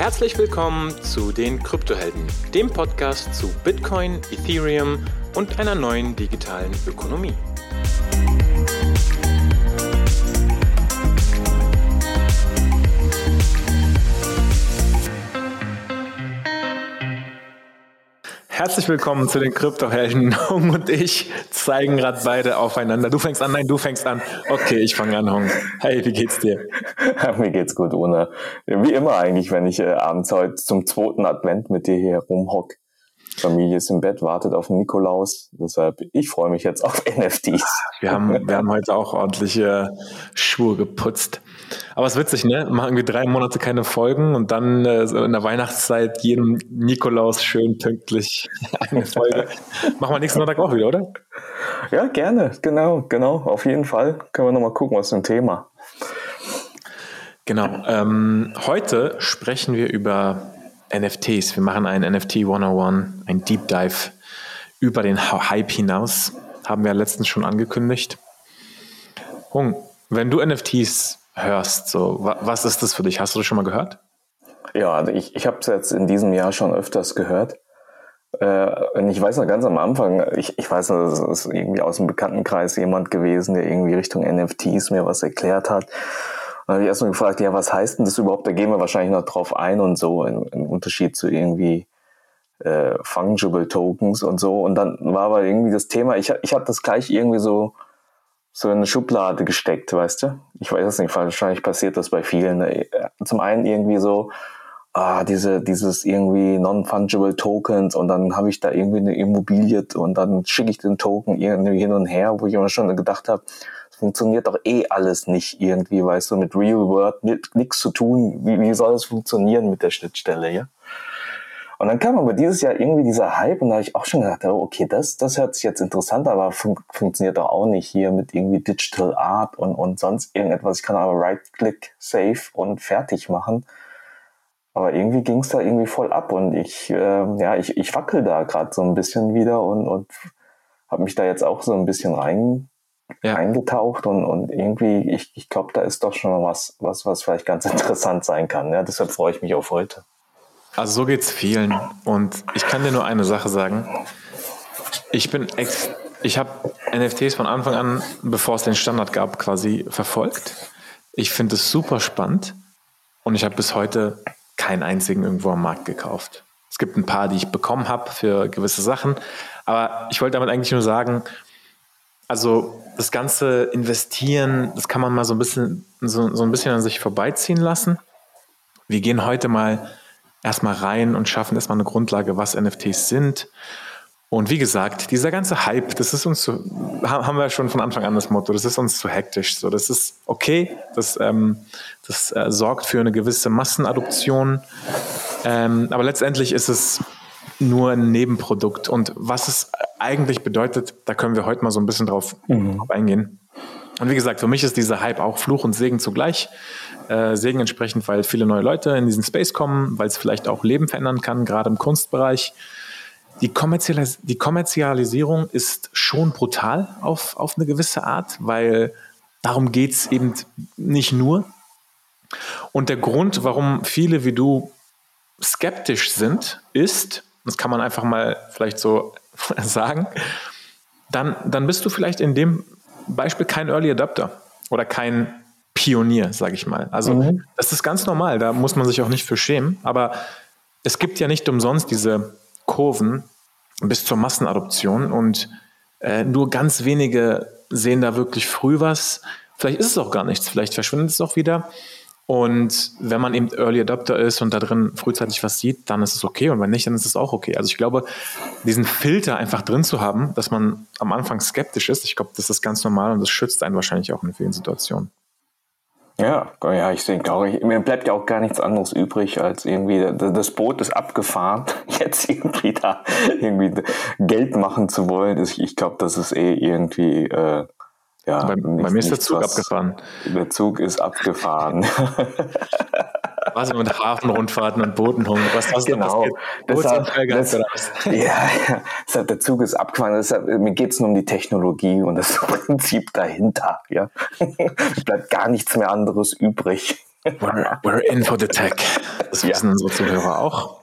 Herzlich willkommen zu den Kryptohelden, dem Podcast zu Bitcoin, Ethereum und einer neuen digitalen Ökonomie. Herzlich willkommen zu den Kryptohelden. Hong und ich zeigen gerade beide aufeinander. Du fängst an, nein, du fängst an. Okay, ich fange an, Hong. Hey, wie geht's dir? Mir geht's gut, Una. Wie immer eigentlich, wenn ich abends heute zum 2. Advent mit dir hier rumhock. Familie ist im Bett, wartet auf den Nikolaus. Deshalb, ich freue mich jetzt auf NFTs. Wir haben heute auch ordentliche Schuhe geputzt. Aber es ist witzig, ne? Machen wir 3 Monate keine Folgen und dann in der Weihnachtszeit jedem Nikolaus schön pünktlich eine Folge. Machen wir nächsten Sonntag auch wieder, oder? Ja, gerne. Genau. Auf jeden Fall. Können wir nochmal gucken, was für ein Thema. Genau. Heute sprechen wir über NFTs. Wir machen ein NFT 101, ein Deep Dive über den Hype hinaus. Haben wir ja letztens schon angekündigt. Hung, wenn du NFTs hörst, so, was ist das für dich? Hast du das schon mal gehört? Ja, also ich habe es jetzt in diesem Jahr schon öfters gehört. Und ich weiß noch ganz am Anfang, ich weiß noch, das ist irgendwie aus dem Bekanntenkreis jemand gewesen, der irgendwie Richtung NFTs mir was erklärt hat. Und dann habe ich erst mal gefragt, ja, was heißt denn das überhaupt? Da gehen wir wahrscheinlich noch drauf ein und so, im Unterschied zu irgendwie Fungible Tokens und so. Und dann war aber irgendwie das Thema, ich habe das gleich irgendwie so in eine Schublade gesteckt, weißt du? Ich weiß es nicht, wahrscheinlich passiert das bei vielen. Ne? Zum einen irgendwie so, dieses irgendwie Non-Fungible Tokens und dann habe ich da irgendwie eine Immobilie und dann schicke ich den Token irgendwie hin und her, wo ich immer schon gedacht habe, es funktioniert doch alles nicht irgendwie, weißt du, mit Real World nichts zu tun. Wie soll es funktionieren mit der Schnittstelle, ja? Und dann kam aber dieses Jahr irgendwie dieser Hype und da habe ich auch schon gedacht, okay, das hört sich jetzt interessant, aber funktioniert doch auch nicht hier mit irgendwie Digital Art und sonst irgendetwas. Ich kann aber Right-Click, Save und fertig machen. Aber irgendwie ging es da irgendwie voll ab und ich wackel da gerade so ein bisschen wieder und habe mich da jetzt auch so ein bisschen eingetaucht und irgendwie, ich glaube, da ist doch schon was vielleicht ganz interessant sein kann. Ja? Deshalb freue ich mich auf heute. Also so geht's vielen und ich kann dir nur eine Sache sagen. Ich habe NFTs von Anfang an, bevor es den Standard gab, quasi verfolgt. Ich finde es super spannend und ich habe bis heute keinen einzigen irgendwo am Markt gekauft. Es gibt ein paar, die ich bekommen habe für gewisse Sachen, aber ich wollte damit eigentlich nur sagen, also das ganze Investieren, das kann man mal so ein bisschen an sich vorbeiziehen lassen. Wir gehen heute mal erstmal rein und schaffen erstmal eine Grundlage, was NFTs sind. Und wie gesagt, dieser ganze Hype, das ist uns haben wir schon von Anfang an das Motto, das ist uns zu hektisch. So, das ist okay, das sorgt für eine gewisse Massenadoption, aber letztendlich ist es nur ein Nebenprodukt. Und was es eigentlich bedeutet, da können wir heute mal so ein bisschen drauf eingehen. Und wie gesagt, für mich ist dieser Hype auch Fluch und Segen zugleich. Segen entsprechend, weil viele neue Leute in diesen Space kommen, weil es vielleicht auch Leben verändern kann, gerade im Kunstbereich. Die Kommerzialisierung ist schon brutal auf eine gewisse Art, weil darum geht es eben nicht nur. Und der Grund, warum viele wie du skeptisch sind, ist, das kann man einfach mal vielleicht so sagen, dann bist du vielleicht in dem Beispiel kein Early Adopter oder kein Pionier, sage ich mal. Also das ist ganz normal, da muss man sich auch nicht für schämen, aber es gibt ja nicht umsonst diese Kurven bis zur Massenadoption und nur ganz wenige sehen da wirklich früh was. Vielleicht ist es auch gar nichts, vielleicht verschwindet es auch wieder. Und wenn man eben Early Adopter ist und da drin frühzeitig was sieht, dann ist es okay und wenn nicht, dann ist es auch okay. Also ich glaube, diesen Filter einfach drin zu haben, dass man am Anfang skeptisch ist, ich glaube, das ist ganz normal und das schützt einen wahrscheinlich auch in vielen Situationen. Ja, ich denke auch, mir bleibt ja auch gar nichts anderes übrig, als irgendwie, das Boot ist abgefahren, jetzt irgendwie Geld machen zu wollen. Ich glaube, das ist irgendwie, bei mir ist der Zug abgefahren. Der Zug ist abgefahren. Was mit Hafenrundfahrten und Booten, was hast du genau. Deshalb, der Zug ist abgefahren. Deshalb, mir geht es nur um die Technologie und das Prinzip dahinter. Ja? Es bleibt gar nichts mehr anderes übrig. we're in for the tech. Das wissen unsere Zuhörer auch.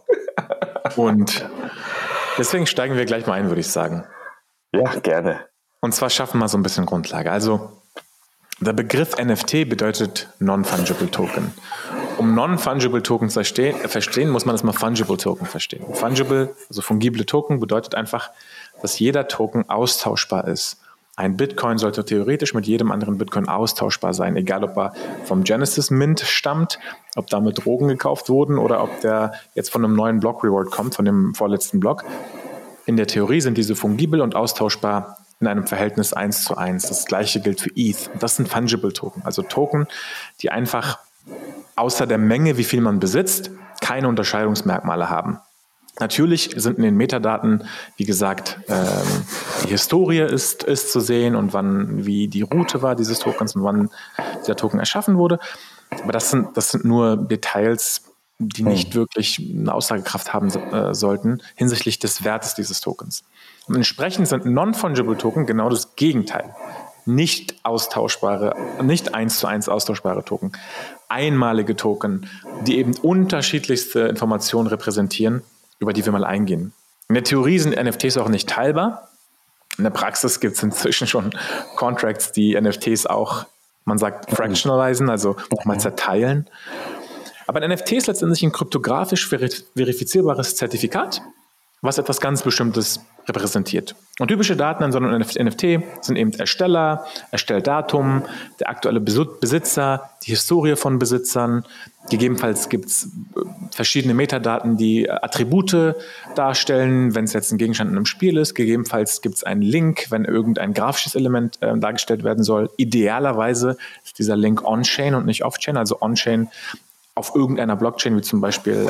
Und deswegen steigen wir gleich mal ein, würde ich sagen. Ja, gerne. Und zwar schaffen wir so ein bisschen Grundlage. Also der Begriff NFT bedeutet Non-Fungible Token. Um Non-Fungible Token zu verstehen, muss man erstmal Fungible Token verstehen. Fungible, also fungible Token, bedeutet einfach, dass jeder Token austauschbar ist. Ein Bitcoin sollte theoretisch mit jedem anderen Bitcoin austauschbar sein, egal ob er vom Genesis Mint stammt, ob damit Drogen gekauft wurden oder ob der jetzt von einem neuen Block Reward kommt, von dem vorletzten Block. In der Theorie sind diese fungibel und austauschbar in einem Verhältnis 1:1. Das gleiche gilt für ETH. Das sind Fungible Token, also Token, die einfach außer der Menge, wie viel man besitzt, keine Unterscheidungsmerkmale haben. Natürlich sind in den Metadaten, wie gesagt, die Historie ist zu sehen und wie die Route war dieses Tokens und wann dieser Token erschaffen wurde. Aber das sind nur Details, die nicht wirklich eine Aussagekraft haben sollten hinsichtlich des Wertes dieses Tokens. Und entsprechend sind Non-Fungible Token genau das Gegenteil. Nicht austauschbare, nicht 1:1 austauschbare Token. Einmalige Token, die eben unterschiedlichste Informationen repräsentieren, über die wir mal eingehen. In der Theorie sind NFTs auch nicht teilbar. In der Praxis gibt es inzwischen schon Contracts, die NFTs auch, man sagt, fractionalisen, also nochmal zerteilen. Aber ein NFT ist letztendlich ein kryptografisch verifizierbares Zertifikat, was etwas ganz Bestimmtes repräsentiert. Und typische Daten an so einem NFT sind eben Ersteller, Erstelldatum, der aktuelle Besitzer, die Historie von Besitzern. Gegebenenfalls gibt es verschiedene Metadaten, die Attribute darstellen, wenn es jetzt ein Gegenstand in einem Spiel ist. Gegebenenfalls gibt es einen Link, wenn irgendein grafisches Element dargestellt werden soll. Idealerweise ist dieser Link on-chain und nicht off-chain, also on-chain auf irgendeiner Blockchain, wie zum Beispiel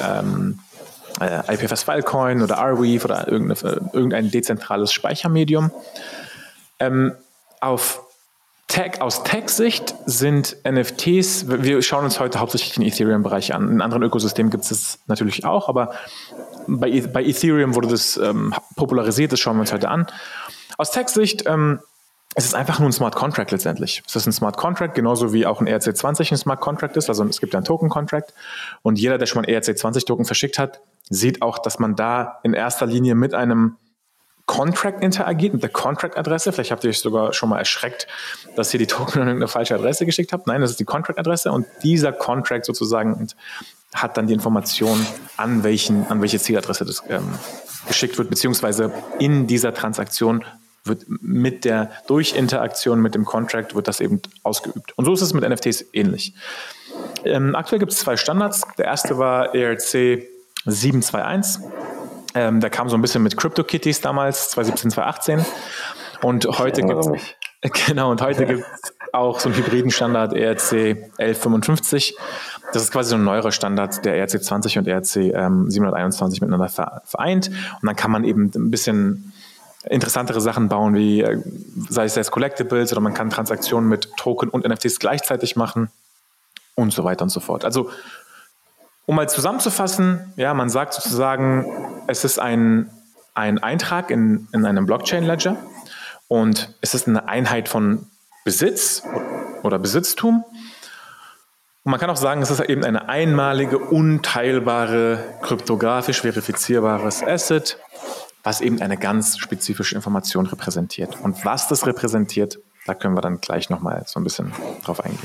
IPFS Filecoin oder Arweave oder irgendein dezentrales Speichermedium. Aus Tech-Sicht sind NFTs, wir schauen uns heute hauptsächlich den Ethereum-Bereich an. In anderen Ökosystemen gibt es das natürlich auch, aber bei Ethereum wurde das popularisiert, das schauen wir uns heute an. Aus Tech-Sicht es ist einfach nur ein Smart Contract letztendlich. Es ist ein Smart Contract, genauso wie auch ein ERC20 ein Smart Contract ist. Also es gibt einen Token Contract und jeder, der schon mal einen ERC20 Token verschickt hat, sieht auch, dass man da in erster Linie mit einem Contract interagiert, mit der Contract-Adresse. Vielleicht habt ihr euch sogar schon mal erschreckt, dass ihr die Token an irgendeine falsche Adresse geschickt habt. Nein, das ist die Contract-Adresse und dieser Contract sozusagen hat dann die Information, an welche Zieladresse das geschickt wird, beziehungsweise in dieser Transaktion wird durch Interaktion mit dem Contract wird das eben ausgeübt. Und so ist es mit NFTs ähnlich. Aktuell gibt es 2 Standards. Der erste war ERC 721. Der kam so ein bisschen mit CryptoKitties damals, 2017, 2018. Und heute gibt es auch so einen hybriden Standard ERC 1155. Das ist quasi so ein neuerer Standard, der ERC 20 und ERC 721 miteinander vereint. Und dann kann man eben ein bisschen interessantere Sachen bauen, wie sei es Collectibles oder man kann Transaktionen mit Token und NFTs gleichzeitig machen und so weiter und so fort. Also, um mal zusammenzufassen, ja, man sagt sozusagen, es ist ein Eintrag in einem Blockchain-Ledger und es ist eine Einheit von Besitz oder Besitztum. Und man kann auch sagen, es ist eben eine einmalige, unteilbare, kryptografisch verifizierbares Asset, was eben eine ganz spezifische Information repräsentiert. Und was das repräsentiert, da können wir dann gleich nochmal so ein bisschen drauf eingehen.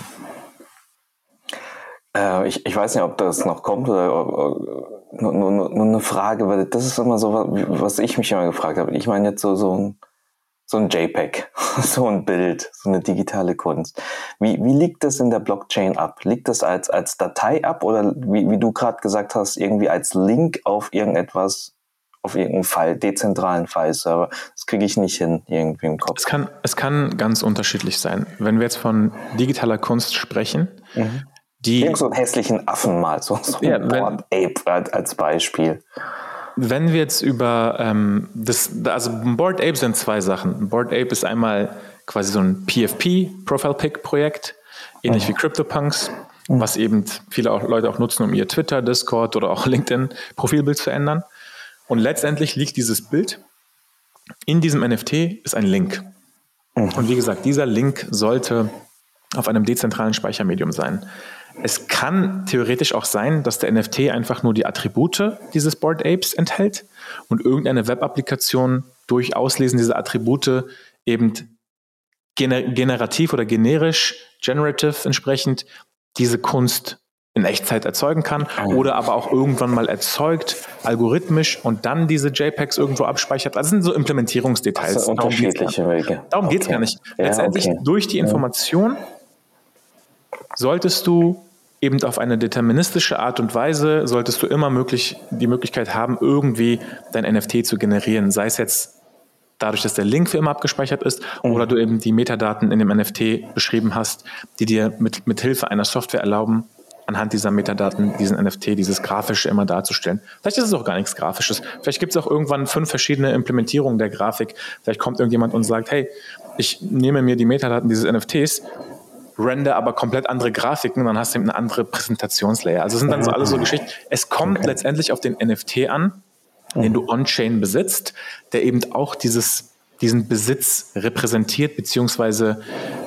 Ich weiß nicht, ob das noch kommt oder nur eine Frage, weil das ist immer so, was ich mich immer gefragt habe. Ich meine jetzt so ein JPEG, so ein Bild, so eine digitale Kunst. Wie liegt das in der Blockchain ab? Liegt das als Datei ab oder wie du gerade gesagt hast, irgendwie als Link auf irgendetwas, auf irgendeinen File, dezentralen File-Server? Das kriege ich nicht hin, irgendwie im Kopf. Es kann ganz unterschiedlich sein. Wenn wir jetzt von digitaler Kunst sprechen, so einen hässlichen Affen mal, so ein Bored Ape als Beispiel. Wenn wir jetzt über also Bored Ape sind 2 Sachen. Bored Ape ist einmal quasi so ein PFP, Profile Pic Projekt, ähnlich wie CryptoPunks, was eben viele Leute auch nutzen, um ihr Twitter, Discord oder auch LinkedIn Profilbild zu ändern. Und letztendlich liegt dieses Bild in diesem NFT ist ein Link. Und wie gesagt, dieser Link sollte auf einem dezentralen Speichermedium sein. Es kann theoretisch auch sein, dass der NFT einfach nur die Attribute dieses Bored Apes enthält und irgendeine Web-Applikation durch Auslesen dieser Attribute eben generativ oder generative entsprechend diese Kunst in Echtzeit erzeugen kann oder aber auch irgendwann mal erzeugt, algorithmisch und dann diese JPEGs irgendwo abspeichert. Das sind so Implementierungsdetails. Also unterschiedliche Wege. Darum geht es gar nicht. Letztendlich durch die Information solltest du eben auf eine deterministische Art und Weise, solltest du immer die Möglichkeit haben, irgendwie dein NFT zu generieren. Sei es jetzt dadurch, dass der Link für immer abgespeichert ist oder du eben die Metadaten in dem NFT beschrieben hast, die dir mit Hilfe einer Software erlauben, anhand dieser Metadaten diesen NFT, dieses Grafische immer darzustellen. Vielleicht ist es auch gar nichts Grafisches. Vielleicht gibt es auch irgendwann 5 verschiedene Implementierungen der Grafik. Vielleicht kommt irgendjemand und sagt, hey, ich nehme mir die Metadaten dieses NFTs, render aber komplett andere Grafiken, dann hast du eben eine andere Präsentationslayer. Also es sind dann so alles so Geschichten. Es kommt letztendlich auf den NFT an, den du on-chain besitzt, der eben auch diesen Besitz repräsentiert, beziehungsweise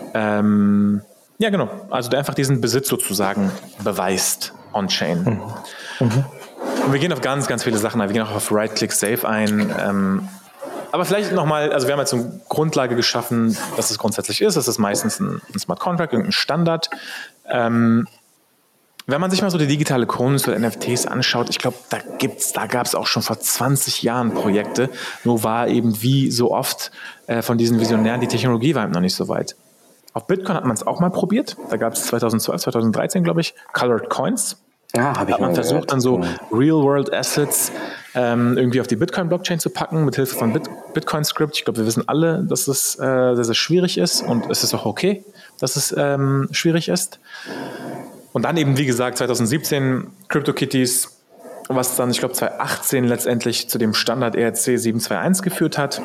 ja, genau. Also der einfach diesen Besitz sozusagen beweist on-chain. Und wir gehen auf ganz, ganz viele Sachen ein. Wir gehen auch auf Right-Click-Save ein. Aber vielleicht nochmal, also wir haben jetzt eine Grundlage geschaffen, dass es grundsätzlich ist. Das ist meistens ein Smart Contract, irgendein Standard. Wenn man sich mal so die digitale Kunst oder NFTs anschaut, ich glaube, da gab es auch schon vor 20 Jahren Projekte. Nur war eben wie so oft von diesen Visionären, die Technologie war eben noch nicht so weit. Auf Bitcoin hat man es auch mal probiert. Da gab es 2012, 2013, glaube ich, Colored Coins. Ja, habe ich mal versucht, gehört. dann so Real-World-Assets irgendwie auf die Bitcoin-Blockchain zu packen, mit Hilfe von Bitcoin-Script. Ich glaube, wir wissen alle, dass es sehr, sehr schwierig ist und es ist auch okay, dass es schwierig ist. Und dann eben, wie gesagt, 2017 CryptoKitties, was dann, ich glaube, 2018 letztendlich zu dem Standard ERC 721 geführt hat,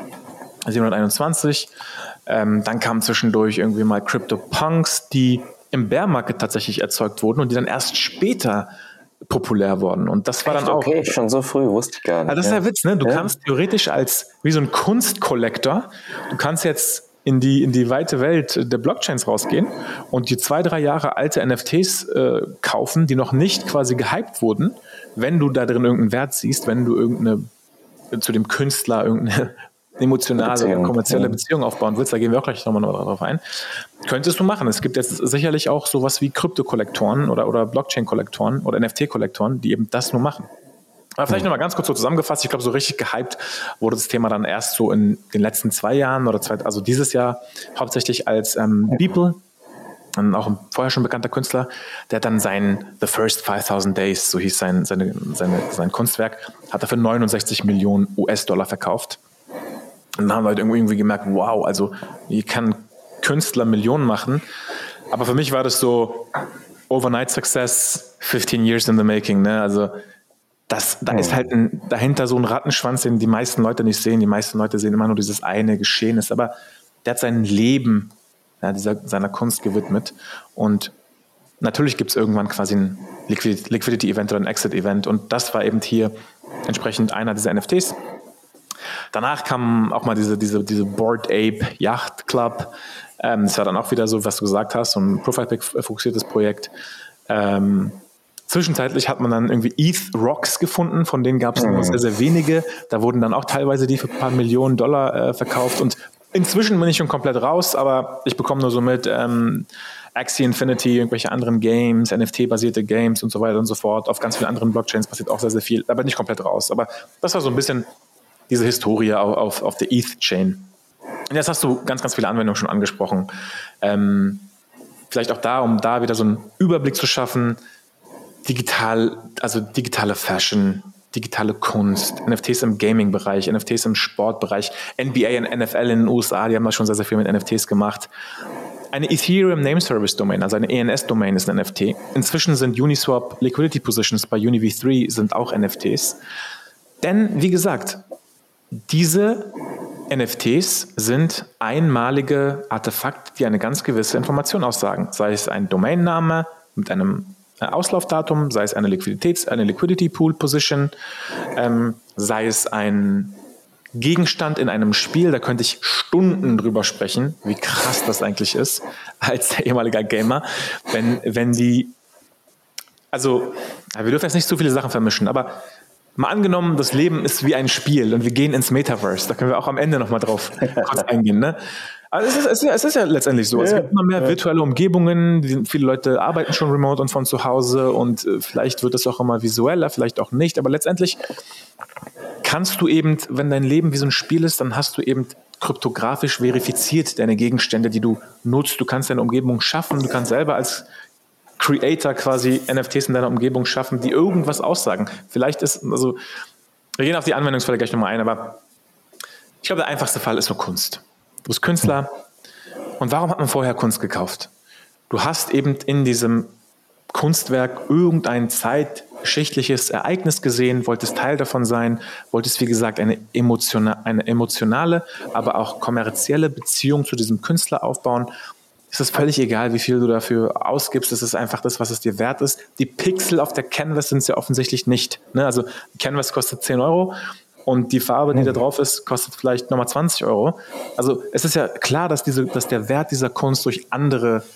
721. Dann kamen zwischendurch irgendwie mal CryptoPunks, die im Bear Market tatsächlich erzeugt wurden und die dann erst später populär wurden. Und das war dann auch... Okay, schon so früh, wusste ich gar nicht. Also das ist der Witz, ne? Du kannst theoretisch wie so ein Kunstkollektor, du kannst jetzt in die weite Welt der Blockchains rausgehen und die 2-3 Jahre alte NFTs kaufen, die noch nicht quasi gehypt wurden, wenn du da drin irgendeinen Wert siehst, wenn du zu dem Künstler irgendeine emotionale oder kommerzielle Beziehung aufbauen willst, da gehen wir auch gleich nochmal drauf ein, könntest du machen. Es gibt jetzt sicherlich auch sowas wie Krypto-Kollektoren oder Blockchain-Kollektoren oder NFT-Kollektoren, die eben das nur machen. Aber vielleicht nochmal ganz kurz so zusammengefasst, ich glaube, so richtig gehypt wurde das Thema dann erst so in den letzten 2 Jahren also dieses Jahr hauptsächlich als Beeple, auch ein vorher schon bekannter Künstler, der hat dann sein The First 5000 Days, so hieß sein Kunstwerk, hat er für 69 Millionen US-Dollar verkauft. Und dann haben wir halt irgendwie gemerkt, wow, also wie kann Künstler Millionen machen? Aber für mich war das so Overnight Success, 15 years in the making, ne? Also da ist halt dahinter so ein Rattenschwanz, den die meisten Leute nicht sehen. Die meisten Leute sehen immer nur dieses eine Geschehnis. Aber der hat sein Leben seiner Kunst gewidmet. Und natürlich gibt es irgendwann quasi ein Liquidity-Event oder ein Exit-Event. Und das war eben hier entsprechend einer dieser NFTs. Danach kam auch mal diese Bored Ape Yacht Club. Das war dann auch wieder so, was du gesagt hast, so ein Profile-Pick-fokussiertes Projekt. Zwischenzeitlich hat man dann irgendwie ETH-Rocks gefunden, von denen gab es nur sehr, sehr wenige. Da wurden dann auch teilweise die für ein paar Millionen Dollar verkauft. Und inzwischen bin ich schon komplett raus, aber ich bekomme nur so mit Axie Infinity, irgendwelche anderen Games, NFT-basierte Games und so weiter und so fort. Auf ganz vielen anderen Blockchains passiert auch sehr, sehr viel. Da bin ich komplett raus. Aber das war so ein bisschen diese Historie auf der ETH-Chain. Und jetzt hast du ganz, ganz viele Anwendungen schon angesprochen. Vielleicht auch da, um da wieder so einen Überblick zu schaffen, digitale Fashion, digitale Kunst, NFTs im Gaming-Bereich, NFTs im Sportbereich, NBA und NFL in den USA, die haben da schon sehr, sehr viel mit NFTs gemacht. Eine Ethereum Name Service Domain, also eine ENS-Domain ist ein NFT. Inzwischen sind Uniswap Liquidity Positions bei UniV3 sind auch NFTs. Denn, wie gesagt, diese NFTs sind einmalige Artefakte, die eine ganz gewisse Information aussagen. Sei es ein Domainname mit einem Auslaufdatum, sei es eine Liquidity Pool Position, sei es ein Gegenstand in einem Spiel, da könnte ich Stunden drüber sprechen, wie krass das eigentlich ist, als ehemaliger Gamer, wenn die also, wir dürfen jetzt nicht zu viele Sachen vermischen, aber mal angenommen, das Leben ist wie ein Spiel und wir gehen ins Metaverse. Da können wir auch am Ende nochmal drauf kurz eingehen. Ne? Aber es ist ja letztendlich so. Es gibt immer mehr virtuelle Umgebungen. Viele Leute arbeiten schon remote und von zu Hause und vielleicht wird es auch immer visueller, vielleicht auch nicht. Aber letztendlich kannst du eben, wenn dein Leben wie so ein Spiel ist, dann hast du eben kryptografisch verifiziert deine Gegenstände, die du nutzt. Du kannst deine Umgebung schaffen. Du kannst selber als Creator quasi NFTs in deiner Umgebung schaffen, die irgendwas aussagen. Vielleicht wir gehen auf die Anwendungsfälle gleich nochmal ein, aber ich glaube, der einfachste Fall ist so Kunst. Du bist Künstler und warum hat man vorher Kunst gekauft? Du hast eben in diesem Kunstwerk irgendein zeitgeschichtliches Ereignis gesehen, wolltest Teil davon sein, wolltest, wie gesagt, eine emotionale, aber auch kommerzielle Beziehung zu diesem Künstler aufbauen. Es ist völlig egal, wie viel du dafür ausgibst. Es ist einfach das, was es dir wert ist. Die Pixel auf der Canvas sind es ja offensichtlich nicht. Ne? Also die Canvas kostet 10 Euro und die Farbe, die da drauf ist, kostet vielleicht nochmal 20 Euro. Also es ist ja klar, dass der Wert dieser Kunst durch andere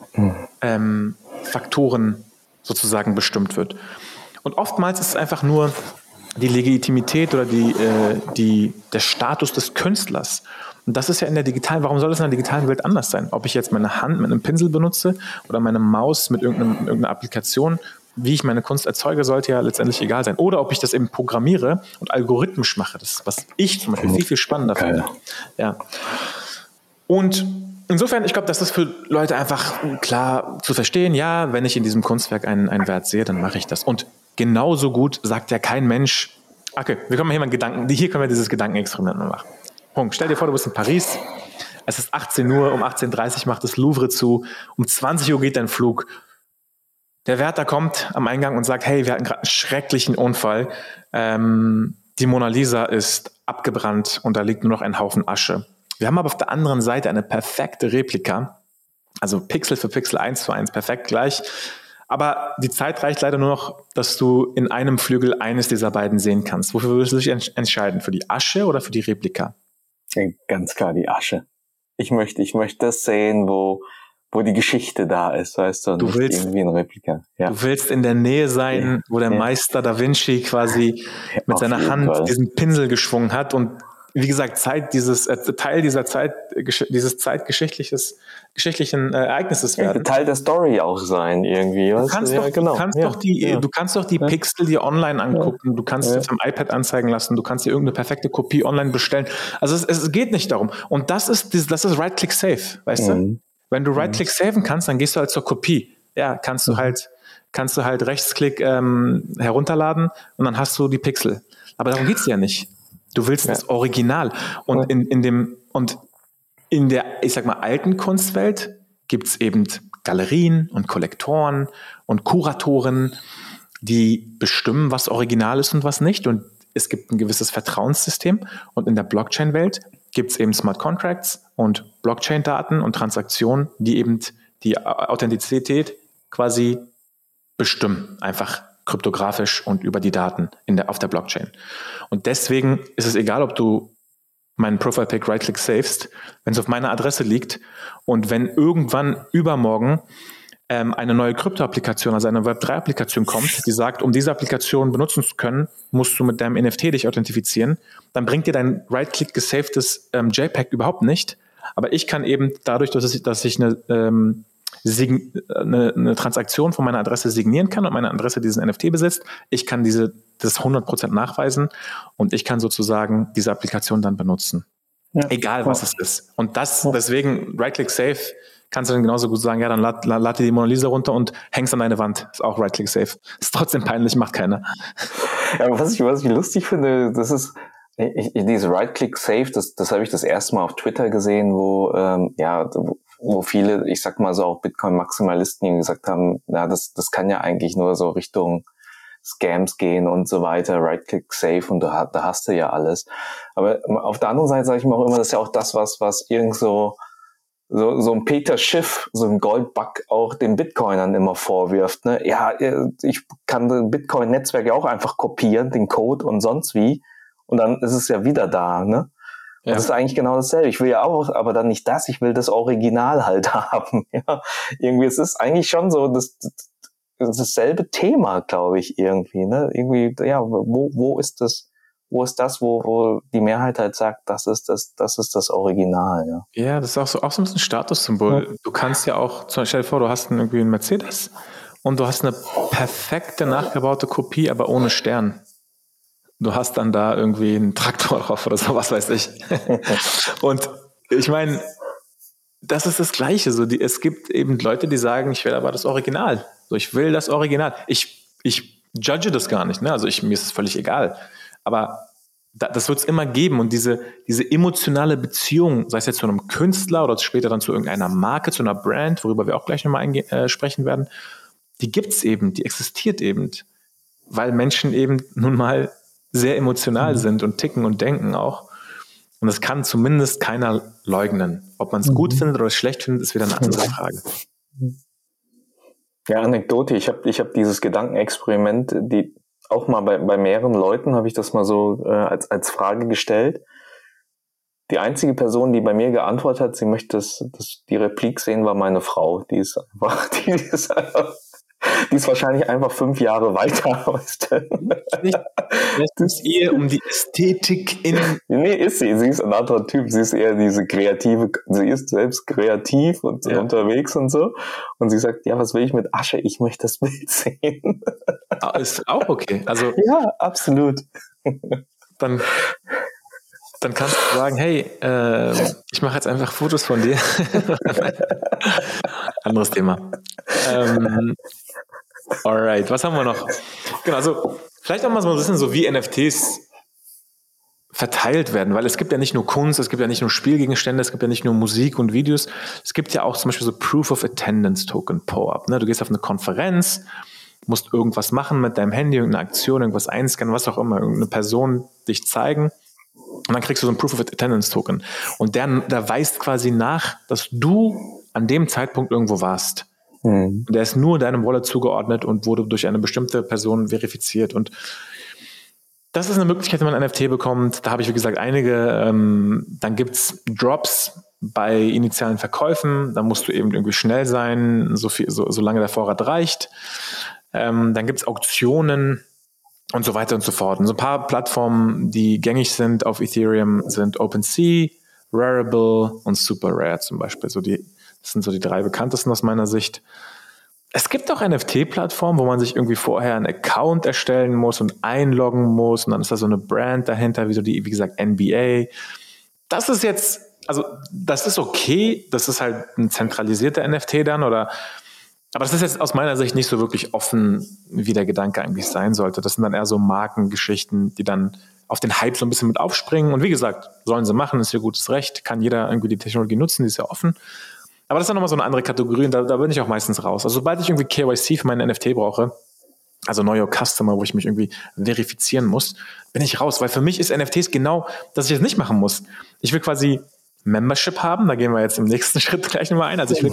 Faktoren sozusagen bestimmt wird. Und oftmals ist es einfach nur die Legitimität oder der Status des Künstlers. Und das ist ja in der digitalen, warum soll das in der digitalen Welt anders sein? Ob ich jetzt meine Hand mit einem Pinsel benutze oder meine Maus mit irgendeiner Applikation, wie ich meine Kunst erzeuge, sollte ja letztendlich egal sein. Oder ob ich das eben programmiere und algorithmisch mache, das, was ich zum Beispiel viel spannender finde. Ja. Und insofern, ich glaube, das ist für Leute einfach klar zu verstehen, ja, wenn ich in diesem Kunstwerk einen Wert sehe, dann mache ich das. Und genauso gut sagt ja kein Mensch, okay, hier können wir dieses Gedankenexperiment mal machen. Stell dir vor, du bist in Paris, es ist 18 Uhr, um 18:30 Uhr macht das Louvre zu, um 20 Uhr geht dein Flug. Der Wärter kommt am Eingang und sagt, hey, wir hatten gerade einen schrecklichen Unfall, die Mona Lisa ist abgebrannt und da liegt nur noch ein Haufen Asche. Wir haben aber auf der anderen Seite eine perfekte Replika, also Pixel für Pixel 1:1, perfekt gleich. Aber die Zeit reicht leider nur noch, dass du in einem Flügel eines dieser beiden sehen kannst. Wofür würdest du dich entscheiden? Für die Asche oder für die Replika? Ganz klar die Asche. Ich möchte das sehen, wo die Geschichte da ist, weißt du, du willst irgendwie ein Replika. Ja. Du willst in der Nähe sein, wo der Meister Da Vinci quasi mit seiner Hand diesen Pinsel geschwungen hat und wie gesagt, Teil dieser geschichtlichen Ereignisses werden. Teil der Story auch sein, irgendwie. Du kannst doch die Pixel dir online angucken, du kannst es am iPad anzeigen lassen, du kannst dir irgendeine perfekte Kopie online bestellen. Also es geht nicht darum. Und das ist Right-Click-Safe, weißt du? Wenn du Right-Click saven kannst, dann gehst du halt zur Kopie. Ja, kannst du halt Rechtsklick herunterladen und dann hast du die Pixel. Aber darum geht's ja nicht. Du willst das Original. Und in der, ich sag mal, alten Kunstwelt gibt's eben Galerien und Kollektoren und Kuratoren, die bestimmen, was original ist und was nicht. Und es gibt ein gewisses Vertrauenssystem. Und in der Blockchain-Welt gibt's eben Smart Contracts und Blockchain-Daten und Transaktionen, die eben die Authentizität quasi bestimmen. Einfach kryptografisch und über die Daten auf der Blockchain. Und deswegen ist es egal, ob du meinen Profile-Pic Right-Click savest, wenn es auf meiner Adresse liegt und wenn irgendwann übermorgen eine neue Krypto-Applikation, also eine Web3-Applikation kommt, die sagt, um diese Applikation benutzen zu können, musst du mit deinem NFT dich authentifizieren, dann bringt dir dein Right-Click gesavedes JPEG überhaupt nicht. Aber ich kann eben dadurch, dass ich eine Transaktion von meiner Adresse signieren kann und meine Adresse diesen NFT besitzt, ich kann das 100% nachweisen und ich kann sozusagen diese Applikation dann benutzen. Ja, egal was es ist. Und deswegen Right-Click-Safe kannst du dann genauso gut sagen, ja, dann lad dir die Mona Lisa runter und hängst an deine Wand. Ist auch Right-Click-Safe. Ist trotzdem peinlich, macht keiner. Ja, was ich lustig finde, das ist diese Right-Click-Safe, das habe ich das erste Mal auf Twitter gesehen, wo viele, ich sag mal so auch Bitcoin-Maximalisten gesagt haben, das kann ja eigentlich nur so Richtung Scams gehen und so weiter, Right-Click-Safe und da hast du ja alles. Aber auf der anderen Seite sage ich mir auch immer, das ist ja auch das, was irgend so ein Peter Schiff, so ein Goldbug auch den Bitcoinern immer vorwirft. Ne? Ja, ich kann das Bitcoin-Netzwerk ja auch einfach kopieren, den Code und sonst wie. Und dann ist es ja wieder da, ne? Ja. Das ist eigentlich genau dasselbe. Ich will ja auch, aber dann nicht das, ich will das Original halt haben. Ja, irgendwie, es ist eigentlich schon so, dasselbe Thema, glaube ich, irgendwie, ne? Irgendwie, ja, wo ist das, wo die Mehrheit halt sagt, das ist das Original, ja. Ja, das ist auch so ein bisschen Statussymbol. Du kannst ja auch, stell dir vor, du hast irgendwie einen Mercedes und du hast eine perfekte nachgebaute Kopie, aber ohne Stern. Du hast dann da irgendwie einen Traktor drauf oder so, was weiß ich. Und ich meine, das ist das Gleiche. So, es gibt eben Leute, die sagen, ich will aber das Original. So, ich will das Original. Ich judge das gar nicht. Ne? Also mir ist es völlig egal. Aber das wird es immer geben. Und diese emotionale Beziehung, sei es jetzt zu einem Künstler oder später dann zu irgendeiner Marke, zu einer Brand, worüber wir auch gleich nochmal sprechen werden, die gibt es eben, die existiert eben. Weil Menschen eben nun mal sehr emotional sind und ticken und denken auch. Und das kann zumindest keiner leugnen. Ob man es gut findet oder schlecht findet, ist wieder eine andere Frage. Ja, Anekdote. Ich hab dieses Gedankenexperiment, die auch mal bei mehreren Leuten habe ich das mal so als Frage gestellt. Die einzige Person, die bei mir geantwortet hat, sie möchte die Replik sehen, war meine Frau. Die ist wahrscheinlich einfach 5 Jahre weiter. Weißt du? Vielleicht ist eher um die Ästhetik Nee, ist sie. Sie ist ein anderer Typ. Sie ist eher diese kreative, sie ist selbst kreativ und unterwegs und so. Und sie sagt, ja, was will ich mit Asche? Ich möchte das Bild sehen. Ist auch okay. Also, ja, absolut. Dann kannst du sagen, hey, ich mache jetzt einfach Fotos von dir. Anderes Thema. Alright, was haben wir noch? Genau, also vielleicht auch mal so ein bisschen so, wie NFTs verteilt werden, weil es gibt ja nicht nur Kunst, es gibt ja nicht nur Spielgegenstände, es gibt ja nicht nur Musik und Videos, es gibt ja auch zum Beispiel so Proof of Attendance Token POAP. Ne? Du gehst auf eine Konferenz, musst irgendwas machen mit deinem Handy, irgendeine Aktion, irgendwas einscannen, was auch immer, irgendeine Person dich zeigen. Und dann kriegst du so einen Proof of Attendance Token. Und der weist quasi nach, dass du an dem Zeitpunkt irgendwo warst. Der ist nur deinem Wallet zugeordnet und wurde durch eine bestimmte Person verifiziert. Und das ist eine Möglichkeit, wenn man ein NFT bekommt. Da habe ich, wie gesagt, einige. Dann gibt es Drops bei initialen Verkäufen. Da musst du eben irgendwie schnell sein, solange der Vorrat reicht. Dann gibt es Auktionen und so weiter und so fort. Und so ein paar Plattformen, die gängig sind auf Ethereum, sind OpenSea, Rarible und SuperRare zum Beispiel. Das sind so die 3 bekanntesten aus meiner Sicht. Es gibt auch NFT-Plattformen, wo man sich irgendwie vorher einen Account erstellen muss und einloggen muss. Und dann ist da so eine Brand dahinter, wie gesagt, NBA. Das ist jetzt, also das ist okay. Das ist halt ein zentralisierter NFT dann aber das ist jetzt aus meiner Sicht nicht so wirklich offen, wie der Gedanke eigentlich sein sollte. Das sind dann eher so Markengeschichten, die dann auf den Hype so ein bisschen mit aufspringen. Und wie gesagt, sollen sie machen, ist ihr gutes Recht. Kann jeder irgendwie die Technologie nutzen, die ist ja offen. Aber das ist dann nochmal so eine andere Kategorie und da bin ich auch meistens raus. Also sobald ich irgendwie KYC für meinen NFT brauche, also Know Your Customer, wo ich mich irgendwie verifizieren muss, bin ich raus. Weil für mich ist NFTs genau, dass ich es nicht machen muss. Ich will quasi Membership haben, da gehen wir jetzt im nächsten Schritt gleich nochmal ein. Also ich will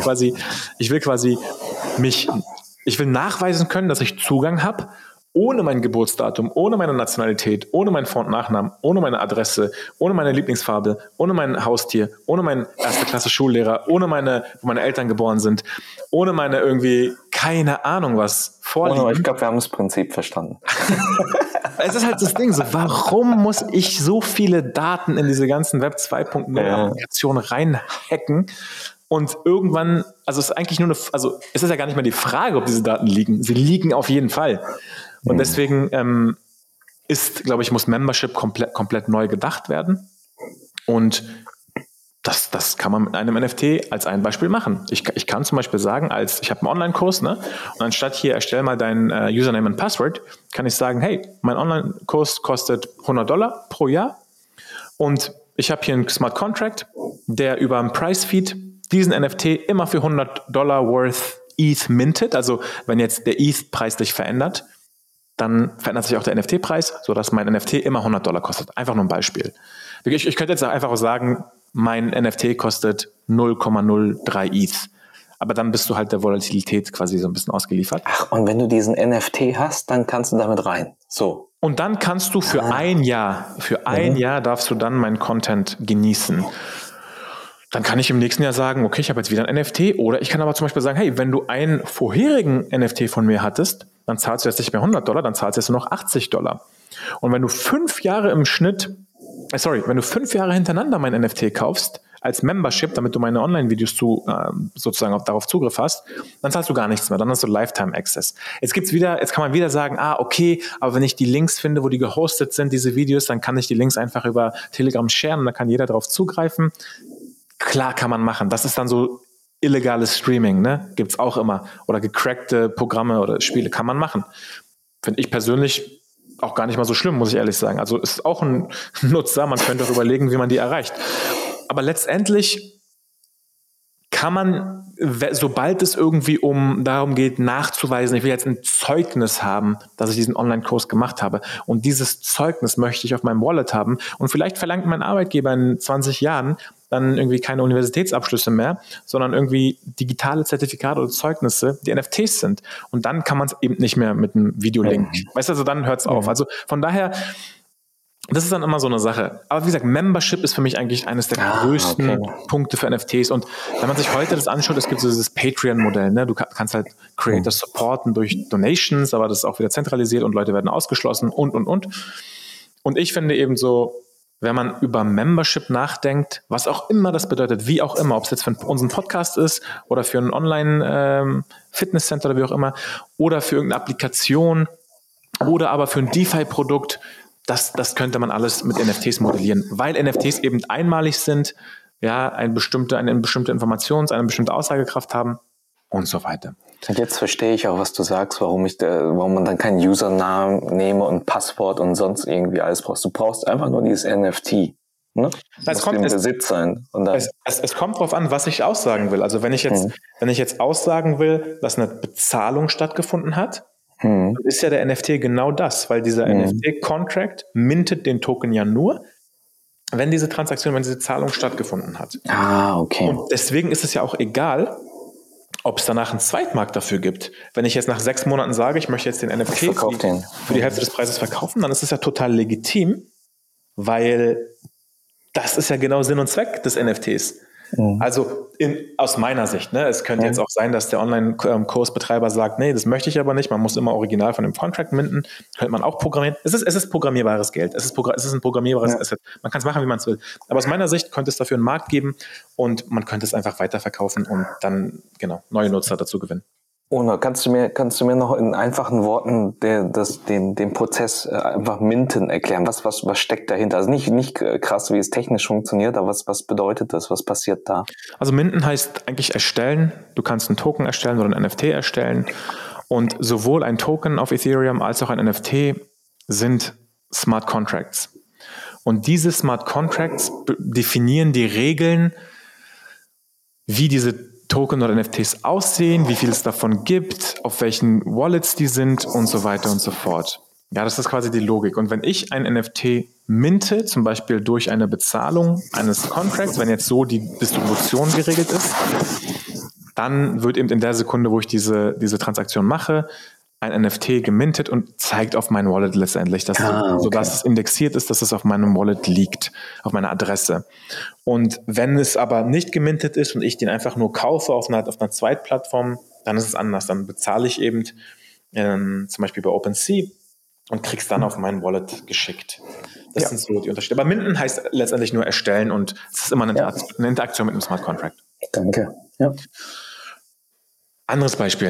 nachweisen können, dass ich Zugang habe, ohne mein Geburtsdatum, ohne meine Nationalität, ohne meinen Vor- und Nachnamen, ohne meine Adresse, ohne meine Lieblingsfarbe, ohne mein Haustier, ohne meinen Erste-Klasse-Schullehrer, ohne wo meine Eltern geboren sind, ohne meine irgendwie, keine Ahnung was, Vorlieben. Ich glaube, wir haben das Prinzip verstanden. Es ist halt das Ding, so, warum muss ich so viele Daten in diese ganzen Web 2.0-Applikationen reinhacken? Und irgendwann, also es ist eigentlich es ist ja gar nicht mehr die Frage, ob diese Daten liegen. Sie liegen auf jeden Fall. Und deswegen muss Membership komplett neu gedacht werden. Und das kann man mit einem NFT als ein Beispiel machen. Ich kann zum Beispiel sagen, ich habe einen Online-Kurs, ne? Und anstatt hier erstell mal dein Username und Password, kann ich sagen, hey, mein Online-Kurs kostet $100 pro Jahr und ich habe hier einen Smart Contract, der über einen Price-Feed diesen NFT immer für $100 worth ETH mintet. Also wenn jetzt der ETH-Preis sich verändert, dann verändert sich auch der NFT-Preis, sodass mein NFT immer $100 kostet. Einfach nur ein Beispiel. Ich könnte jetzt einfach auch sagen, mein NFT kostet 0,03 ETH. Aber dann bist du halt der Volatilität quasi so ein bisschen ausgeliefert. Ach, und wenn du diesen NFT hast, dann kannst du damit rein. So. Und dann kannst du für ein Jahr darfst du dann meinen Content genießen. dann kann ich im nächsten Jahr sagen, okay, ich habe jetzt wieder ein NFT. Oder ich kann aber zum Beispiel sagen, hey, wenn du einen vorherigen NFT von mir hattest, dann zahlst du jetzt nicht mehr $100, dann zahlst du jetzt nur noch $80. Und wenn du 5 Jahre wenn du 5 Jahre hintereinander mein NFT kaufst, als Membership, damit du meine Online-Videos sozusagen darauf Zugriff hast, dann zahlst du gar nichts mehr, dann hast du Lifetime Access. Jetzt kann man wieder sagen, okay, aber wenn ich die Links finde, wo die gehostet sind, diese Videos, dann kann ich die Links einfach über Telegram sharen und dann kann jeder darauf zugreifen. Klar kann man machen. Das ist dann so illegales Streaming, ne? Gibt's auch immer. Oder gecrackte Programme oder Spiele kann man machen. Finde ich persönlich auch gar nicht mal so schlimm, muss ich ehrlich sagen. Also ist auch ein Nutzer, man könnte auch überlegen, wie man die erreicht. Aber letztendlich kann man, sobald es irgendwie darum geht, nachzuweisen, ich will jetzt ein Zeugnis haben, dass ich diesen Online-Kurs gemacht habe und dieses Zeugnis möchte ich auf meinem Wallet haben und vielleicht verlangt mein Arbeitgeber in 20 Jahren dann irgendwie keine Universitätsabschlüsse mehr, sondern irgendwie digitale Zertifikate oder Zeugnisse, die NFTs sind. Und dann kann man es eben nicht mehr mit einem Videolink. Weißt du, also dann hört es auf. Also von daher, das ist dann immer so eine Sache. Aber wie gesagt, Membership ist für mich eigentlich eines der größten Punkte für NFTs. Und wenn man sich heute das anschaut, es gibt so dieses Patreon-Modell. Ne? Du kannst halt Creators supporten durch Donations, aber das ist auch wieder zentralisiert und Leute werden ausgeschlossen und. Und ich finde eben so, wenn man über Membership nachdenkt, was auch immer das bedeutet, wie auch immer, ob es jetzt für unseren Podcast ist oder für ein Online-Fitnesscenter oder wie auch immer, oder für irgendeine Applikation oder aber für ein DeFi-Produkt, das könnte man alles mit NFTs modellieren, weil NFTs eben einmalig sind, ja, eine bestimmte eine bestimmte Aussagekraft haben und so weiter. Und jetzt verstehe ich auch, was du sagst, warum man dann keinen Usernamen nehme und Passwort und sonst irgendwie alles brauchst. Du brauchst einfach nur dieses NFT. Ne? Es kommt im Besitz sein. Und dann es kommt drauf an, was ich aussagen will. Also wenn ich jetzt aussagen will, dass eine Bezahlung stattgefunden hat, dann ist ja der NFT genau das, weil dieser NFT-Contract mintet den Token ja nur, wenn diese Zahlung stattgefunden hat. Okay. Und deswegen ist es ja auch egal, ob es danach einen Zweitmarkt dafür gibt. Wenn ich jetzt nach 6 Monaten sage, ich möchte jetzt den NFT für die Hälfte des Preises verkaufen, dann ist es ja total legitim, weil das ist ja genau Sinn und Zweck des NFTs. Also aus meiner Sicht, ne, es könnte jetzt auch sein, dass der Online-Kursbetreiber sagt, nee, das möchte ich aber nicht, man muss immer original von dem Contract minden, könnte man auch programmieren. Es ist programmierbares Geld, es ist ein programmierbares Asset. Man kann es machen, wie man es will. Aber aus meiner Sicht könnte es dafür einen Markt geben und man könnte es einfach weiterverkaufen und dann neue Nutzer dazu gewinnen. Ona, kannst du mir noch in einfachen Worten den Prozess einfach Minten erklären? Was steckt dahinter? Also nicht krass, wie es technisch funktioniert, aber was bedeutet das? Was passiert da? Also Minten heißt eigentlich erstellen. Du kannst einen Token erstellen oder ein NFT erstellen. Und sowohl ein Token auf Ethereum als auch ein NFT sind Smart Contracts. Und diese Smart Contracts definieren die Regeln, wie diese Token oder NFTs aussehen, wie viel es davon gibt, auf welchen Wallets die sind und so weiter und so fort. Ja, das ist quasi die Logik. Und wenn ich ein NFT minte, zum Beispiel durch eine Bezahlung eines Contracts, wenn jetzt so die Distribution geregelt ist, dann wird eben in der Sekunde, wo ich diese Transaktion mache, ein NFT gemintet und zeigt auf mein Wallet letztendlich, sodass es indexiert ist, dass es auf meinem Wallet liegt, auf meiner Adresse. Und wenn es aber nicht gemintet ist und ich den einfach nur kaufe auf einer Zweitplattform, dann ist es anders. Dann bezahle ich eben zum Beispiel bei OpenSea und krieg's dann auf mein Wallet geschickt. Das sind so die Unterschiede. Aber Minten heißt letztendlich nur erstellen und es ist immer eine Interaktion mit einem Smart Contract. Danke. Ja. Anderes Beispiel.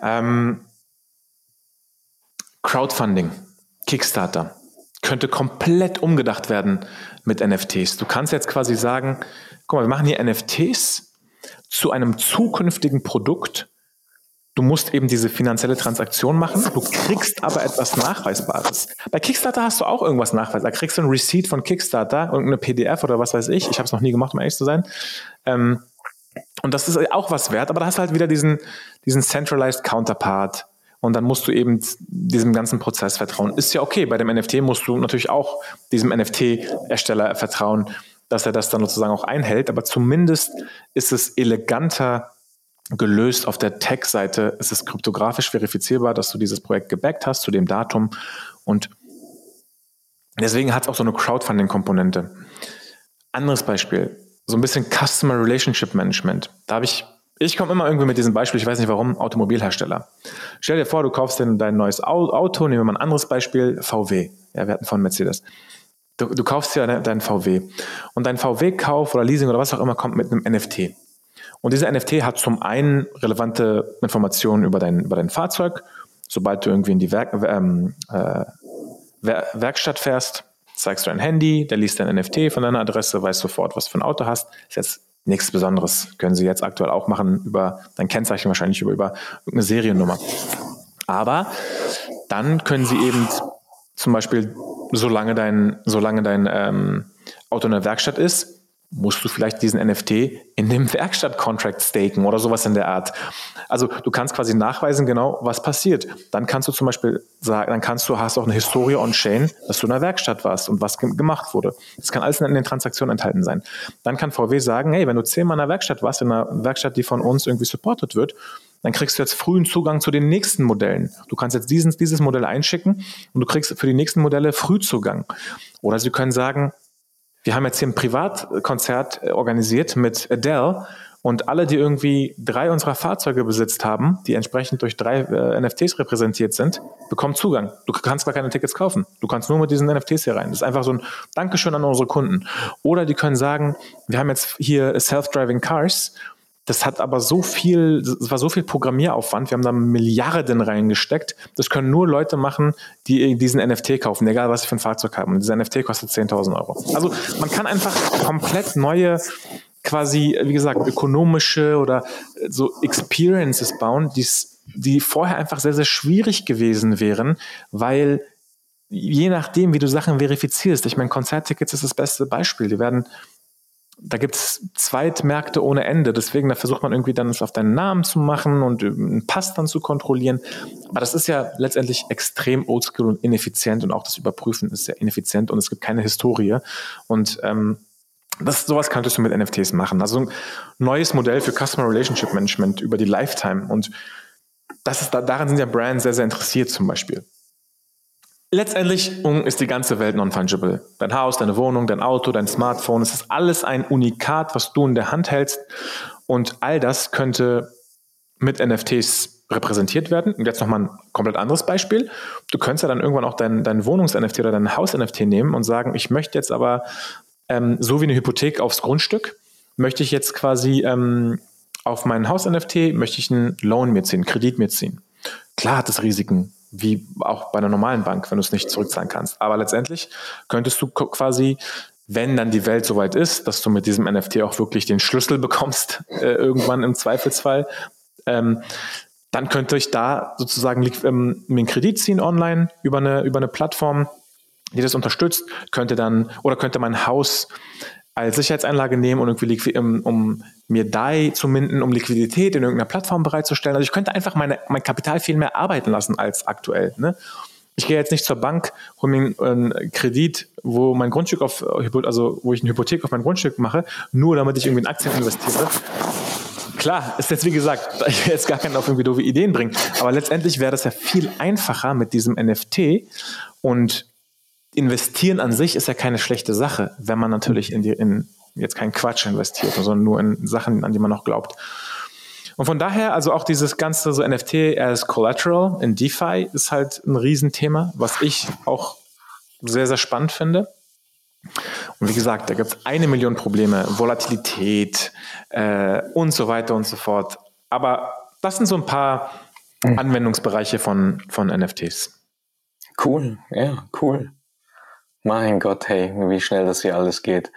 Crowdfunding, Kickstarter, könnte komplett umgedacht werden mit NFTs. Du kannst jetzt quasi sagen, guck mal, wir machen hier NFTs zu einem zukünftigen Produkt. Du musst eben diese finanzielle Transaktion machen, du kriegst aber etwas Nachweisbares. Bei Kickstarter hast du auch irgendwas nachweisbar. Da kriegst du ein Receipt von Kickstarter, irgendeine PDF oder was weiß ich. Ich habe es noch nie gemacht, um ehrlich zu sein. Und das ist auch was wert, aber da hast du halt wieder diesen Centralized Counterpart. Und dann musst du eben diesem ganzen Prozess vertrauen. Ist ja okay, bei dem NFT musst du natürlich auch diesem NFT-Ersteller vertrauen, dass er das dann sozusagen auch einhält. Aber zumindest ist es eleganter gelöst auf der Tech-Seite. Es ist kryptografisch verifizierbar, dass du dieses Projekt gebackt hast zu dem Datum. Und deswegen hat es auch so eine Crowdfunding-Komponente. Anderes Beispiel. so ein bisschen Customer Relationship Management. Ich komme immer irgendwie mit diesem Beispiel, ich weiß nicht warum, Automobilhersteller. Stell dir vor, du kaufst dein neues Auto, nehmen wir mal ein anderes Beispiel, VW. Ja, wir hatten von Mercedes. Du kaufst ja dein VW. Und dein VW-Kauf oder Leasing oder was auch immer kommt mit einem NFT. Und dieser NFT hat zum einen relevante Informationen über dein Fahrzeug. Sobald du irgendwie in die Werkstatt fährst, zeigst du dein Handy, der liest dein NFT von deiner Adresse, weiß sofort, was für ein Auto hast. Ist jetzt nichts Besonderes. Können sie jetzt aktuell auch machen über dein Kennzeichen, wahrscheinlich über eine Seriennummer. Aber dann können sie eben zum Beispiel, solange dein Auto in der Werkstatt ist, musst du vielleicht diesen NFT in dem Werkstatt-Contract staken oder sowas in der Art. Also du kannst quasi nachweisen genau, was passiert. Dann kannst du zum Beispiel sagen, hast auch eine Historie on-chain, dass du in der Werkstatt warst und was gemacht wurde. Das kann alles in den Transaktionen enthalten sein. Dann kann VW sagen, hey, wenn du 10-mal in der Werkstatt warst, in einer Werkstatt, die von uns irgendwie supported wird, dann kriegst du jetzt frühen Zugang zu den nächsten Modellen. Du kannst jetzt dieses Modell einschicken und du kriegst für die nächsten Modelle Frühzugang. Oder sie können sagen, wir haben jetzt hier ein Privatkonzert organisiert mit Adele und alle, die irgendwie 3 unserer Fahrzeuge besitzt haben, die entsprechend durch 3 NFTs repräsentiert sind, bekommen Zugang. Du kannst gar keine Tickets kaufen. Du kannst nur mit diesen NFTs hier rein. Das ist einfach so ein Dankeschön an unsere Kunden. Oder die können sagen, wir haben jetzt hier Self-Driving Cars. Das war so viel Programmieraufwand. Wir haben da Milliarden reingesteckt. Das können nur Leute machen, die diesen NFT kaufen, egal was sie für ein Fahrzeug haben. Und dieser NFT kostet 10.000 €. Also man kann einfach komplett neue, quasi, wie gesagt, ökonomische oder so Experiences bauen, die vorher einfach sehr, sehr schwierig gewesen wären, weil je nachdem, wie du Sachen verifizierst, ich meine, Konzerttickets ist das beste Beispiel. Da gibt es Zweitmärkte ohne Ende. Deswegen, da versucht man irgendwie dann es auf deinen Namen zu machen und einen Pass dann zu kontrollieren. Aber das ist ja letztendlich extrem oldschool und ineffizient und auch das Überprüfen ist sehr ineffizient und es gibt keine Historie. Und sowas könntest du mit NFTs machen. Also ein neues Modell für Customer Relationship Management über die Lifetime. Und daran sind ja Brands sehr, sehr interessiert zum Beispiel. Letztendlich ist die ganze Welt non-fungible. Dein Haus, deine Wohnung, dein Auto, dein Smartphone, es ist alles ein Unikat, was du in der Hand hältst. Und all das könnte mit NFTs repräsentiert werden. Und jetzt nochmal ein komplett anderes Beispiel. Du könntest ja dann irgendwann auch dein Wohnungs-NFT oder dein Haus-NFT nehmen und sagen, ich möchte jetzt aber, so wie eine Hypothek aufs Grundstück, möchte ich jetzt quasi auf mein Haus-NFT, möchte ich einen Loan mir ziehen, einen Kredit mir ziehen. Klar hat es Risiken, wie auch bei einer normalen Bank, wenn du es nicht zurückzahlen kannst. Aber letztendlich könntest du quasi, wenn dann die Welt soweit ist, dass du mit diesem NFT auch wirklich den Schlüssel bekommst, irgendwann im Zweifelsfall, dann könnte ich da sozusagen mir einen Kredit ziehen online über eine Plattform, die das unterstützt, könnte mein Haus als Sicherheitseinlage nehmen und irgendwie um mir DAI zu minden, um Liquidität in irgendeiner Plattform bereitzustellen. Also ich könnte einfach mein Kapital viel mehr arbeiten lassen als aktuell. Ne? Ich gehe jetzt nicht zur Bank, hole mir einen Kredit, wo ich eine Hypothek auf mein Grundstück mache, nur damit ich irgendwie in Aktien investiere. Klar, ist jetzt wie gesagt, ich will jetzt gar keinen auf irgendwie doofe Ideen bringen, aber letztendlich wäre das ja viel einfacher mit diesem NFT und investieren an sich ist ja keine schlechte Sache, wenn man natürlich in jetzt keinen Quatsch investiert, sondern nur in Sachen, an die man noch glaubt. Und von daher, also auch dieses ganze so NFT as Collateral in DeFi ist halt ein Riesenthema, was ich auch sehr, sehr spannend finde. Und wie gesagt, da gibt es 1 Million Probleme, Volatilität und so weiter und so fort. Aber das sind so ein paar Anwendungsbereiche von NFTs. Cool, ja, cool. Mein Gott, hey, wie schnell das hier alles geht.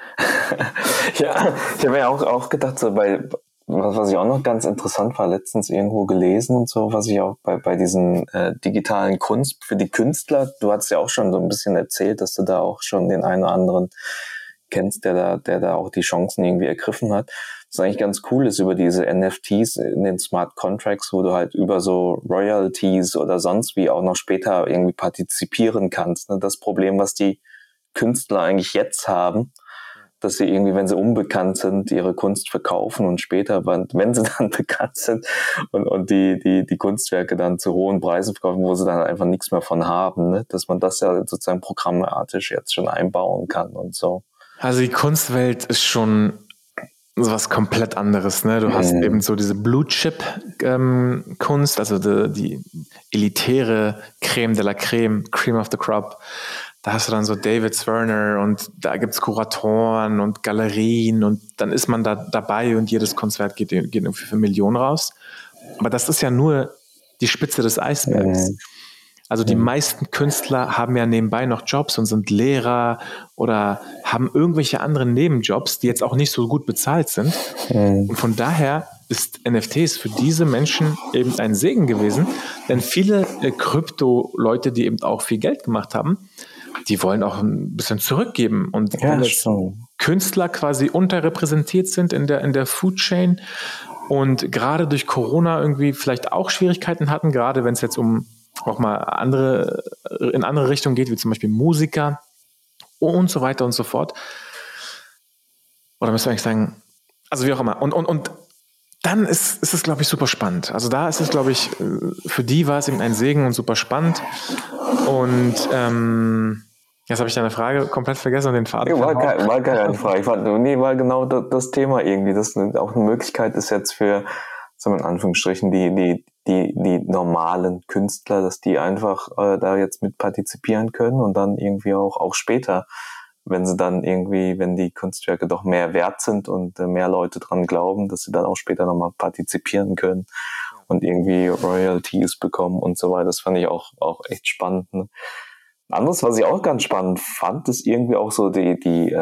Ja, ich habe ja auch gedacht, so was ich auch noch ganz interessant war, letztens irgendwo gelesen und so, was ich auch bei diesen digitalen Kunst für die Künstler, du hast ja auch schon so ein bisschen erzählt, dass du da auch schon den einen oder anderen kennst, der da auch die Chancen irgendwie ergriffen hat. Was eigentlich ganz cool ist über diese NFTs in den Smart Contracts, wo du halt über so Royalties oder sonst wie auch noch später irgendwie partizipieren kannst. Das Problem, was die Künstler eigentlich jetzt haben, dass sie irgendwie, wenn sie unbekannt sind, ihre Kunst verkaufen und später, wenn sie dann bekannt sind und die Kunstwerke dann zu hohen Preisen verkaufen, wo sie dann einfach nichts mehr von haben, ne? Dass man das ja sozusagen programmatisch jetzt schon einbauen kann und so. Also die Kunstwelt ist schon was komplett anderes. Ne? Du hast eben so diese Blue-Chip-Kunst, also die elitäre Creme de la Creme, Cream of the Crop. Da hast du dann so David Zwirner und da gibt's Kuratoren und Galerien und dann ist man da dabei und jedes Konzert geht irgendwie für Millionen raus. Aber das ist ja nur die Spitze des Eisbergs. Also die meisten Künstler haben ja nebenbei noch Jobs und sind Lehrer oder haben irgendwelche anderen Nebenjobs, die jetzt auch nicht so gut bezahlt sind. Und von daher ist NFTs für diese Menschen eben ein Segen gewesen, denn viele Krypto-Leute, die eben auch viel Geld gemacht haben, die wollen auch ein bisschen zurückgeben. Und wenn jetzt Künstler quasi unterrepräsentiert sind in der Food Chain und gerade durch Corona irgendwie vielleicht auch Schwierigkeiten hatten, gerade wenn es jetzt um auch mal in andere Richtungen geht, wie zum Beispiel Musiker und so weiter und so fort. Oder müssen wir eigentlich sagen, also wie auch immer. Und dann ist es, glaube ich, super spannend. Also da ist es, glaube ich, für die war es eben ein Segen und super spannend. Und jetzt habe ich deine Frage komplett vergessen und den Faden. War keine Frage. Ich fand, war genau das Thema irgendwie. Das auch eine Möglichkeit ist jetzt für, sagen wir in Anführungsstrichen, die normalen Künstler, dass die einfach da jetzt mit partizipieren können und dann irgendwie auch später, wenn die Kunstwerke doch mehr wert sind und mehr Leute dran glauben, dass sie dann auch später nochmal partizipieren können und irgendwie Royalties bekommen und so weiter. Das fand ich auch echt spannend. Ne? Anderes, was ich auch ganz spannend fand, ist irgendwie auch so die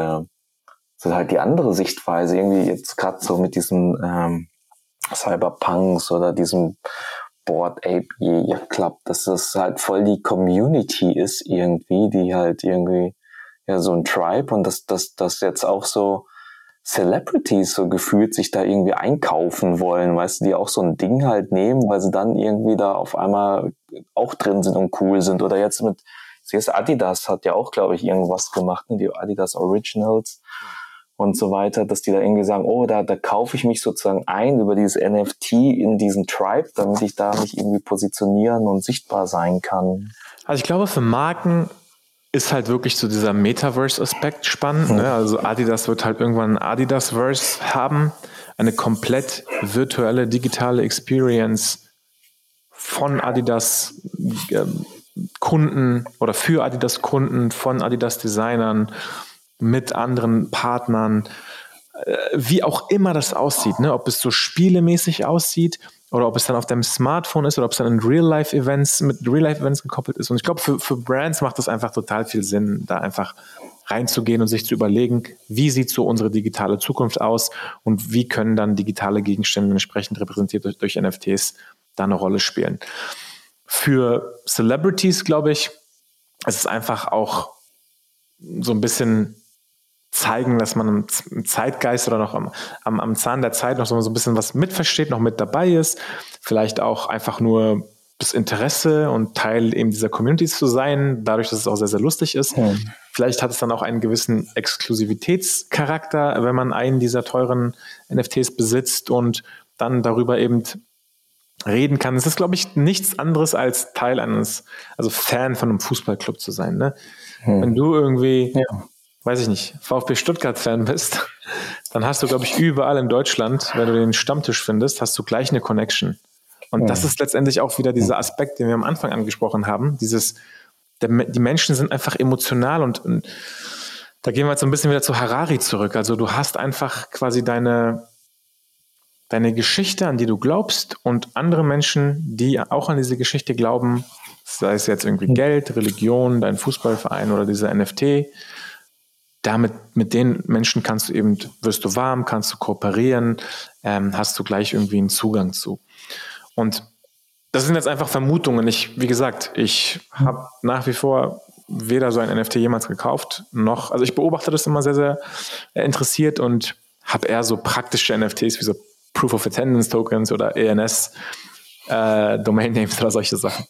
andere Sichtweise, irgendwie jetzt gerade so mit diesem Cyberpunks oder diesem Bored Ape Yacht Club, dass das halt voll die Community ist irgendwie, die halt irgendwie so ein Tribe und dass jetzt auch so Celebrities so gefühlt sich da irgendwie einkaufen wollen, weißt du, die auch so ein Ding halt nehmen, weil sie dann irgendwie da auf einmal auch drin sind und cool sind. Oder jetzt Adidas hat ja auch, glaube ich, irgendwas gemacht, ne? Die Adidas Originals und so weiter, dass die da irgendwie sagen, da kaufe ich mich sozusagen ein über dieses NFT in diesen Tribe, damit ich da mich irgendwie positionieren und sichtbar sein kann. Also ich glaube, für Marken ist halt wirklich so dieser Metaverse-Aspekt spannend. Ne? Also Adidas wird halt irgendwann ein Adidas-Verse haben, eine komplett virtuelle, digitale Experience von Adidas Kunden oder für Adidas Kunden, von Adidas Designern, mit anderen Partnern, wie auch immer das aussieht, ne? Ob es so spielemäßig aussieht oder ob es dann auf deinem Smartphone ist oder ob es dann in Real-Life-Events gekoppelt ist. Und ich glaube, für Brands macht das einfach total viel Sinn, da einfach reinzugehen und sich zu überlegen, wie sieht so unsere digitale Zukunft aus und wie können dann digitale Gegenstände entsprechend repräsentiert durch NFTs da eine Rolle spielen. Für Celebrities, glaube ich, ist es einfach auch so ein bisschen zeigen, dass man im Zeitgeist oder noch am Zahn der Zeit noch so ein bisschen was mitversteht, noch mit dabei ist. Vielleicht auch einfach nur das Interesse und Teil eben dieser Community zu sein, dadurch, dass es auch sehr, sehr lustig ist. Vielleicht hat es dann auch einen gewissen Exklusivitätscharakter, wenn man einen dieser teuren NFTs besitzt und dann darüber eben reden kann. Es ist, glaube ich, nichts anderes als Teil also Fan von einem Fußballclub zu sein. Ne? Wenn du irgendwie, weiß ich nicht, VfB Stuttgart-Fan bist, dann hast du, glaube ich, überall in Deutschland, wenn du den Stammtisch findest, hast du gleich eine Connection. Und das ist letztendlich auch wieder dieser Aspekt, den wir am Anfang angesprochen haben. Die Menschen sind einfach emotional und da gehen wir jetzt so ein bisschen wieder zu Harari zurück. Also du hast einfach quasi deine Geschichte, an die du glaubst und andere Menschen, die auch an diese Geschichte glauben, sei es jetzt irgendwie Geld, Religion, dein Fußballverein oder dieser NFT, mit den Menschen wirst du warm, kannst du kooperieren, hast du gleich irgendwie einen Zugang zu. Und das sind jetzt einfach Vermutungen. Wie gesagt, ich habe nach wie vor weder so ein NFT jemals gekauft, noch, also ich beobachte das immer sehr, sehr interessiert und habe eher so praktische NFTs wie so Proof of Attendance Tokens oder ENS Domain Names oder solche Sachen.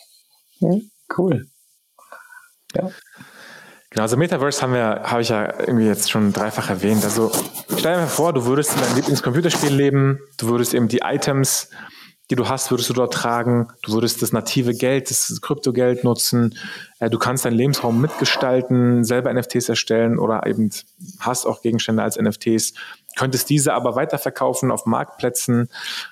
Cool. Ja. Genau, also Metaverse habe ich ja irgendwie jetzt schon dreifach erwähnt. Also stell dir mal vor, du würdest in deinem Lieblingscomputerspiel leben, du würdest eben die Items, die du hast, würdest du dort tragen, du würdest das native Geld, das Kryptogeld nutzen, du kannst deinen Lebensraum mitgestalten, selber NFTs erstellen oder eben hast auch Gegenstände als NFTs könntest diese aber weiterverkaufen auf Marktplätzen.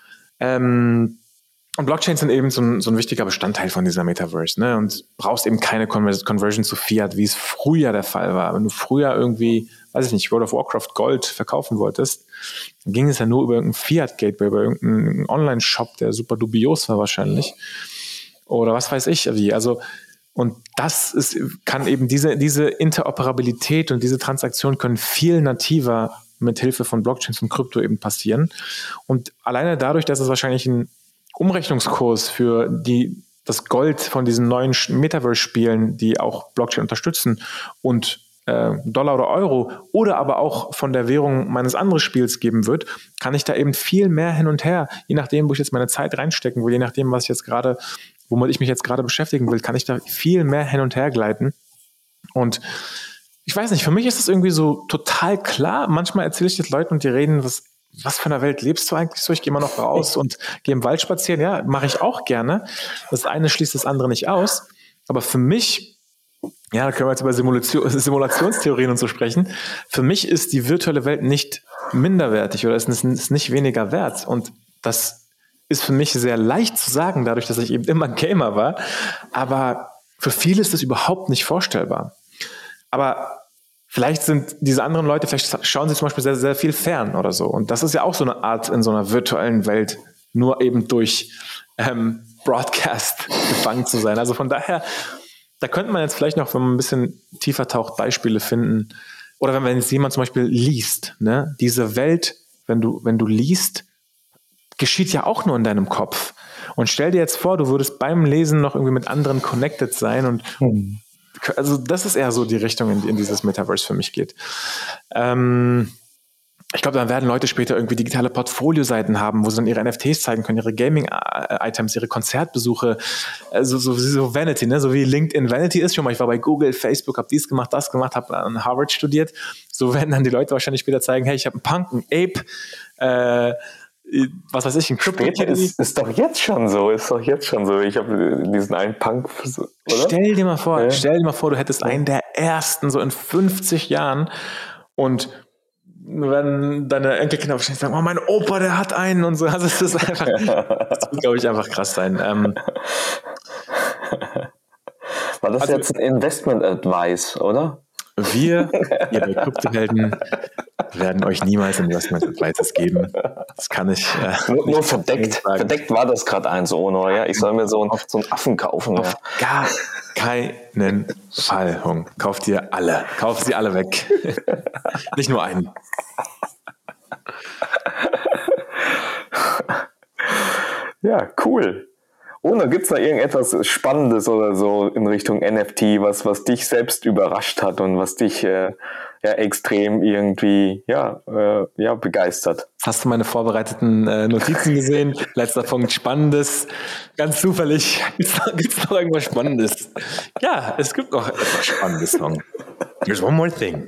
Und Blockchains sind eben so ein wichtiger Bestandteil von dieser Metaverse, ne? Und brauchst eben keine Conversion zu Fiat, wie es früher der Fall war. Wenn du früher irgendwie, weiß ich nicht, World of Warcraft Gold verkaufen wolltest, dann ging es ja nur über irgendein Fiat-Gateway, über irgendeinen Online-Shop, der super dubios war wahrscheinlich. Oder was weiß ich wie. Also, und kann eben diese Interoperabilität und diese Transaktionen können viel nativer mit Hilfe von Blockchains und Krypto eben passieren. Und alleine dadurch, dass es wahrscheinlich ein Umrechnungskurs für das Gold von diesen neuen Metaverse-Spielen, die auch Blockchain unterstützen und Dollar oder Euro oder aber auch von der Währung meines anderen Spiels geben wird, kann ich da eben viel mehr hin und her, je nachdem, wo ich jetzt meine Zeit reinstecken will, je nachdem, womit ich mich jetzt gerade beschäftigen will, kann ich da viel mehr hin und her gleiten. Und ich weiß nicht, für mich ist das irgendwie so total klar. Manchmal erzähle ich das Leuten und die reden, was für eine Welt lebst du eigentlich so? Ich gehe mal noch raus und gehe im Wald spazieren. Ja, mache ich auch gerne. Das eine schließt das andere nicht aus. Aber für mich, ja, da können wir jetzt über Simulationstheorien und so sprechen. Für mich ist die virtuelle Welt nicht minderwertig oder ist nicht weniger wert. Und das ist für mich sehr leicht zu sagen, dadurch, dass ich eben immer Gamer war. Aber für viele ist das überhaupt nicht vorstellbar. Aber vielleicht sind diese anderen Leute, vielleicht schauen sie zum Beispiel sehr, sehr viel fern oder so. Und das ist ja auch so eine Art in so einer virtuellen Welt, nur eben durch Broadcast gefangen zu sein. Also von daher, da könnte man jetzt vielleicht noch, wenn man ein bisschen tiefer taucht, Beispiele finden. Oder wenn jetzt jemand zum Beispiel liest, ne? Diese Welt, wenn du liest, geschieht ja auch nur in deinem Kopf. Und stell dir jetzt vor, du würdest beim Lesen noch irgendwie mit anderen connected sein und also das ist eher so die Richtung, in dieses Metaverse für mich geht. Ich glaube, dann werden Leute später irgendwie digitale Portfolio-Seiten haben, wo sie dann ihre NFTs zeigen können, ihre Gaming-Items, ihre Konzertbesuche, also so Vanity, ne? So wie LinkedIn Vanity ist schon mal. Ich war bei Google, Facebook, habe dies gemacht, das gemacht, habe an Harvard studiert. So werden dann die Leute wahrscheinlich später zeigen, hey, ich habe einen Punk, einen Ape, was weiß ich, ein Später ist doch jetzt schon so. Ich habe diesen einen Punk, oder? Stell dir mal vor, du hättest einen der ersten, so in 50 Jahren und wenn deine Enkelkinder wahrscheinlich sagen, oh, mein Opa, der hat einen und so. Also das wird, glaube ich, einfach krass sein. War das jetzt ein Investment-Advice, oder? Wir, ihr bei Kryptohelden, werden euch niemals Investment-Advices geben. Das kann ich nur verdeckt. Verdeckt war das gerade eins ohne, ja. Ich soll mir so einen Affen kaufen. Auf gar keinen Fall, Hung. Kauf sie alle weg. Nicht nur einen. Ja, cool. Oder gibt es da irgendetwas Spannendes oder so in Richtung NFT, was dich selbst überrascht hat und was dich extrem irgendwie begeistert? Hast du meine vorbereiteten Notizen gesehen? Letzter Punkt, Spannendes. Ganz zufällig. Gibt's noch irgendwas Spannendes? Ja, es gibt noch etwas Spannendes. There's one more thing.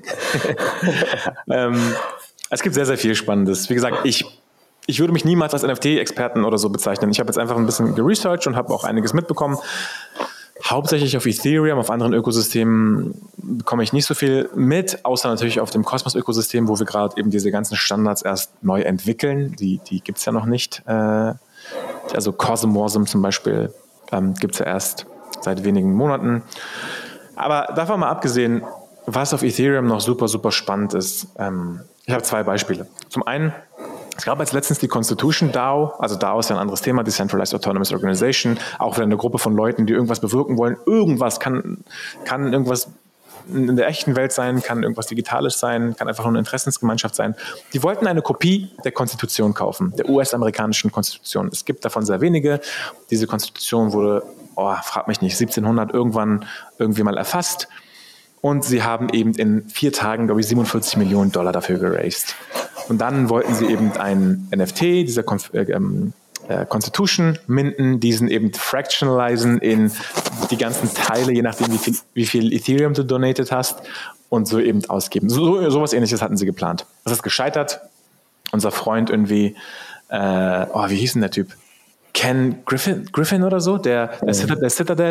Es gibt sehr, sehr viel Spannendes. Wie gesagt, ich würde mich niemals als NFT-Experten oder so bezeichnen. Ich habe jetzt einfach ein bisschen geresearched und habe auch einiges mitbekommen. Hauptsächlich auf Ethereum, auf anderen Ökosystemen bekomme ich nicht so viel mit, außer natürlich auf dem Cosmos-Ökosystem, wo wir gerade eben diese ganzen Standards erst neu entwickeln. Die gibt es ja noch nicht. Also Cosmosm zum Beispiel gibt es ja erst seit wenigen Monaten. Aber davon mal abgesehen, was auf Ethereum noch super, super spannend ist. Ich habe zwei Beispiele. Zum einen, es gab als letztens die Constitution DAO, also DAO ist ja ein anderes Thema, Decentralized Autonomous Organization, auch wieder eine Gruppe von Leuten, die irgendwas bewirken wollen. Irgendwas kann irgendwas in der echten Welt sein, kann irgendwas Digitales sein, kann einfach nur eine Interessensgemeinschaft sein. Die wollten eine Kopie der Konstitution kaufen, der US-amerikanischen Konstitution. Es gibt davon sehr wenige. Diese Konstitution wurde, frag mich nicht, 1700 irgendwann irgendwie mal erfasst. Und sie haben eben in 4 Tagen, glaube ich, $47 Millionen dafür geraced. Und dann wollten sie eben ein NFT, dieser Constitution, minten, diesen eben fractionalisen in die ganzen Teile, je nachdem, wie viel Ethereum du donated hast, und so eben ausgeben. Sowas Ähnliches hatten sie geplant. Das ist gescheitert. Unser Freund irgendwie, wie hieß denn der Typ? Ken Griffin oder so, der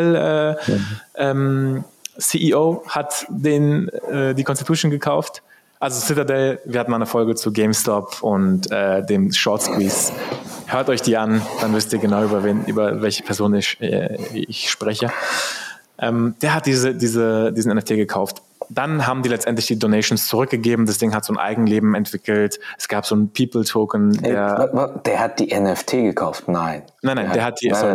Citadel CEO hat die Constitution gekauft. Also Citadel, wir hatten mal eine Folge zu GameStop und dem Short Squeeze. Hört euch die an, dann wisst ihr genau, über welche Person ich spreche. Der hat diesen NFT gekauft. Dann haben die letztendlich die Donations zurückgegeben. Das Ding hat so ein Eigenleben entwickelt. Es gab so einen People-Token. Der hat die NFT gekauft? Nein. Nein, der hat die. Das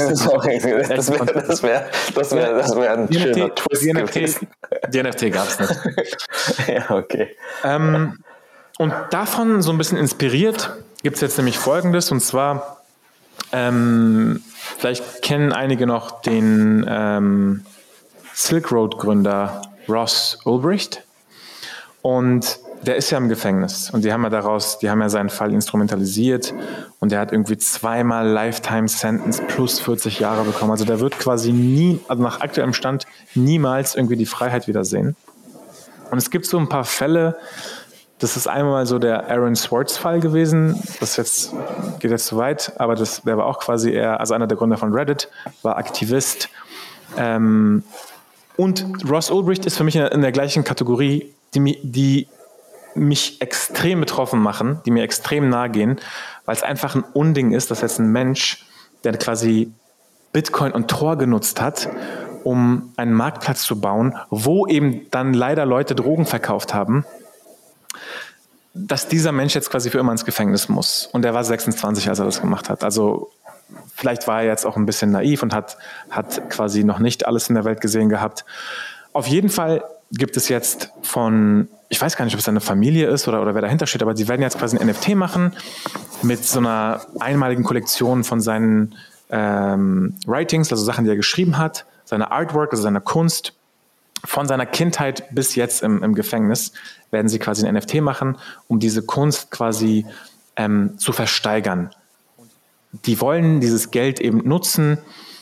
wäre ein schöner Twist gewesen. Die NFT gab es nicht. Ja, okay. Und davon so ein bisschen inspiriert gibt es jetzt nämlich Folgendes. Und zwar, vielleicht kennen einige noch den Silk Road-Gründer Ross Ulbricht, und der ist ja im Gefängnis und die haben ja seinen Fall instrumentalisiert und der hat irgendwie 2-mal Lifetime Sentence plus 40 Jahre bekommen. Also der wird quasi also nach aktuellem Stand niemals irgendwie die Freiheit wiedersehen. Und es gibt so ein paar Fälle. Das ist einmal so der Aaron Swartz-Fall gewesen. Geht jetzt zu weit, aber der war auch quasi also einer der Gründer von Reddit, war Aktivist. Und Ross Ulbricht ist für mich in der gleichen Kategorie, die mich extrem betroffen machen, die mir extrem nahe gehen, weil es einfach ein Unding ist, dass jetzt ein Mensch, der quasi Bitcoin und Tor genutzt hat, um einen Marktplatz zu bauen, wo eben dann leider Leute Drogen verkauft haben, dass dieser Mensch jetzt quasi für immer ins Gefängnis muss. Und er war 26, als er das gemacht hat. Also vielleicht war er jetzt auch ein bisschen naiv und hat quasi noch nicht alles in der Welt gesehen gehabt. Auf jeden Fall gibt es jetzt ich weiß gar nicht, ob es eine Familie ist oder wer dahinter steht, aber die werden jetzt quasi ein NFT machen mit so einer einmaligen Kollektion von seinen Writings, also Sachen, die er geschrieben hat, seine Artwork, also seine Kunst. Von seiner Kindheit bis jetzt im Gefängnis werden sie quasi ein NFT machen, um diese Kunst quasi zu versteigern. Die wollen dieses Geld eben nutzen,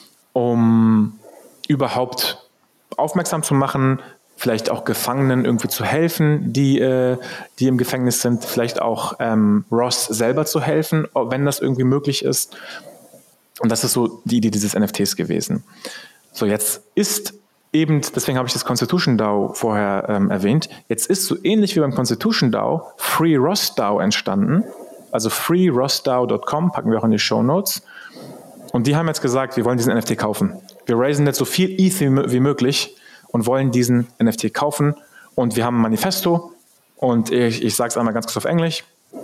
um überhaupt aufmerksam zu machen, vielleicht auch Gefangenen irgendwie zu helfen, die im Gefängnis sind, vielleicht auch Ross selber zu helfen, wenn das irgendwie möglich ist. Und das ist so die Idee dieses NFTs gewesen. So, jetzt ist eben, deswegen habe ich das Constitution DAO vorher erwähnt, jetzt ist so ähnlich wie beim Constitution DAO Free Ross DAO entstanden. Also freerossdao.com, packen wir auch in die Shownotes. Und die haben jetzt gesagt, wir wollen diesen NFT kaufen. Wir raisen jetzt so viel ETH wie möglich und wollen diesen NFT kaufen. Und wir haben ein Manifesto. Und ich sage es einmal ganz kurz auf Englisch.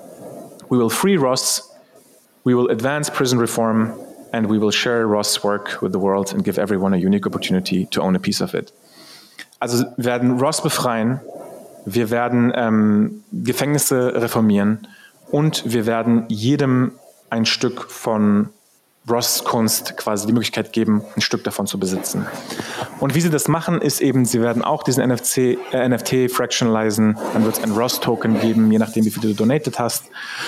We will free Ross, we will advance prison reform, and we will share Ross' work with the world and give everyone a unique opportunity to own a piece of it. Also wir werden Ross befreien, wir werden Gefängnisse reformieren, und wir werden jedem ein Stück von Ross' Kunst quasi die Möglichkeit geben, ein Stück davon zu besitzen. Und wie sie das machen, ist eben, sie werden auch diesen NFT fractionalisen, dann wird es ein Ross-Token geben, je nachdem, wie viel du donated hast.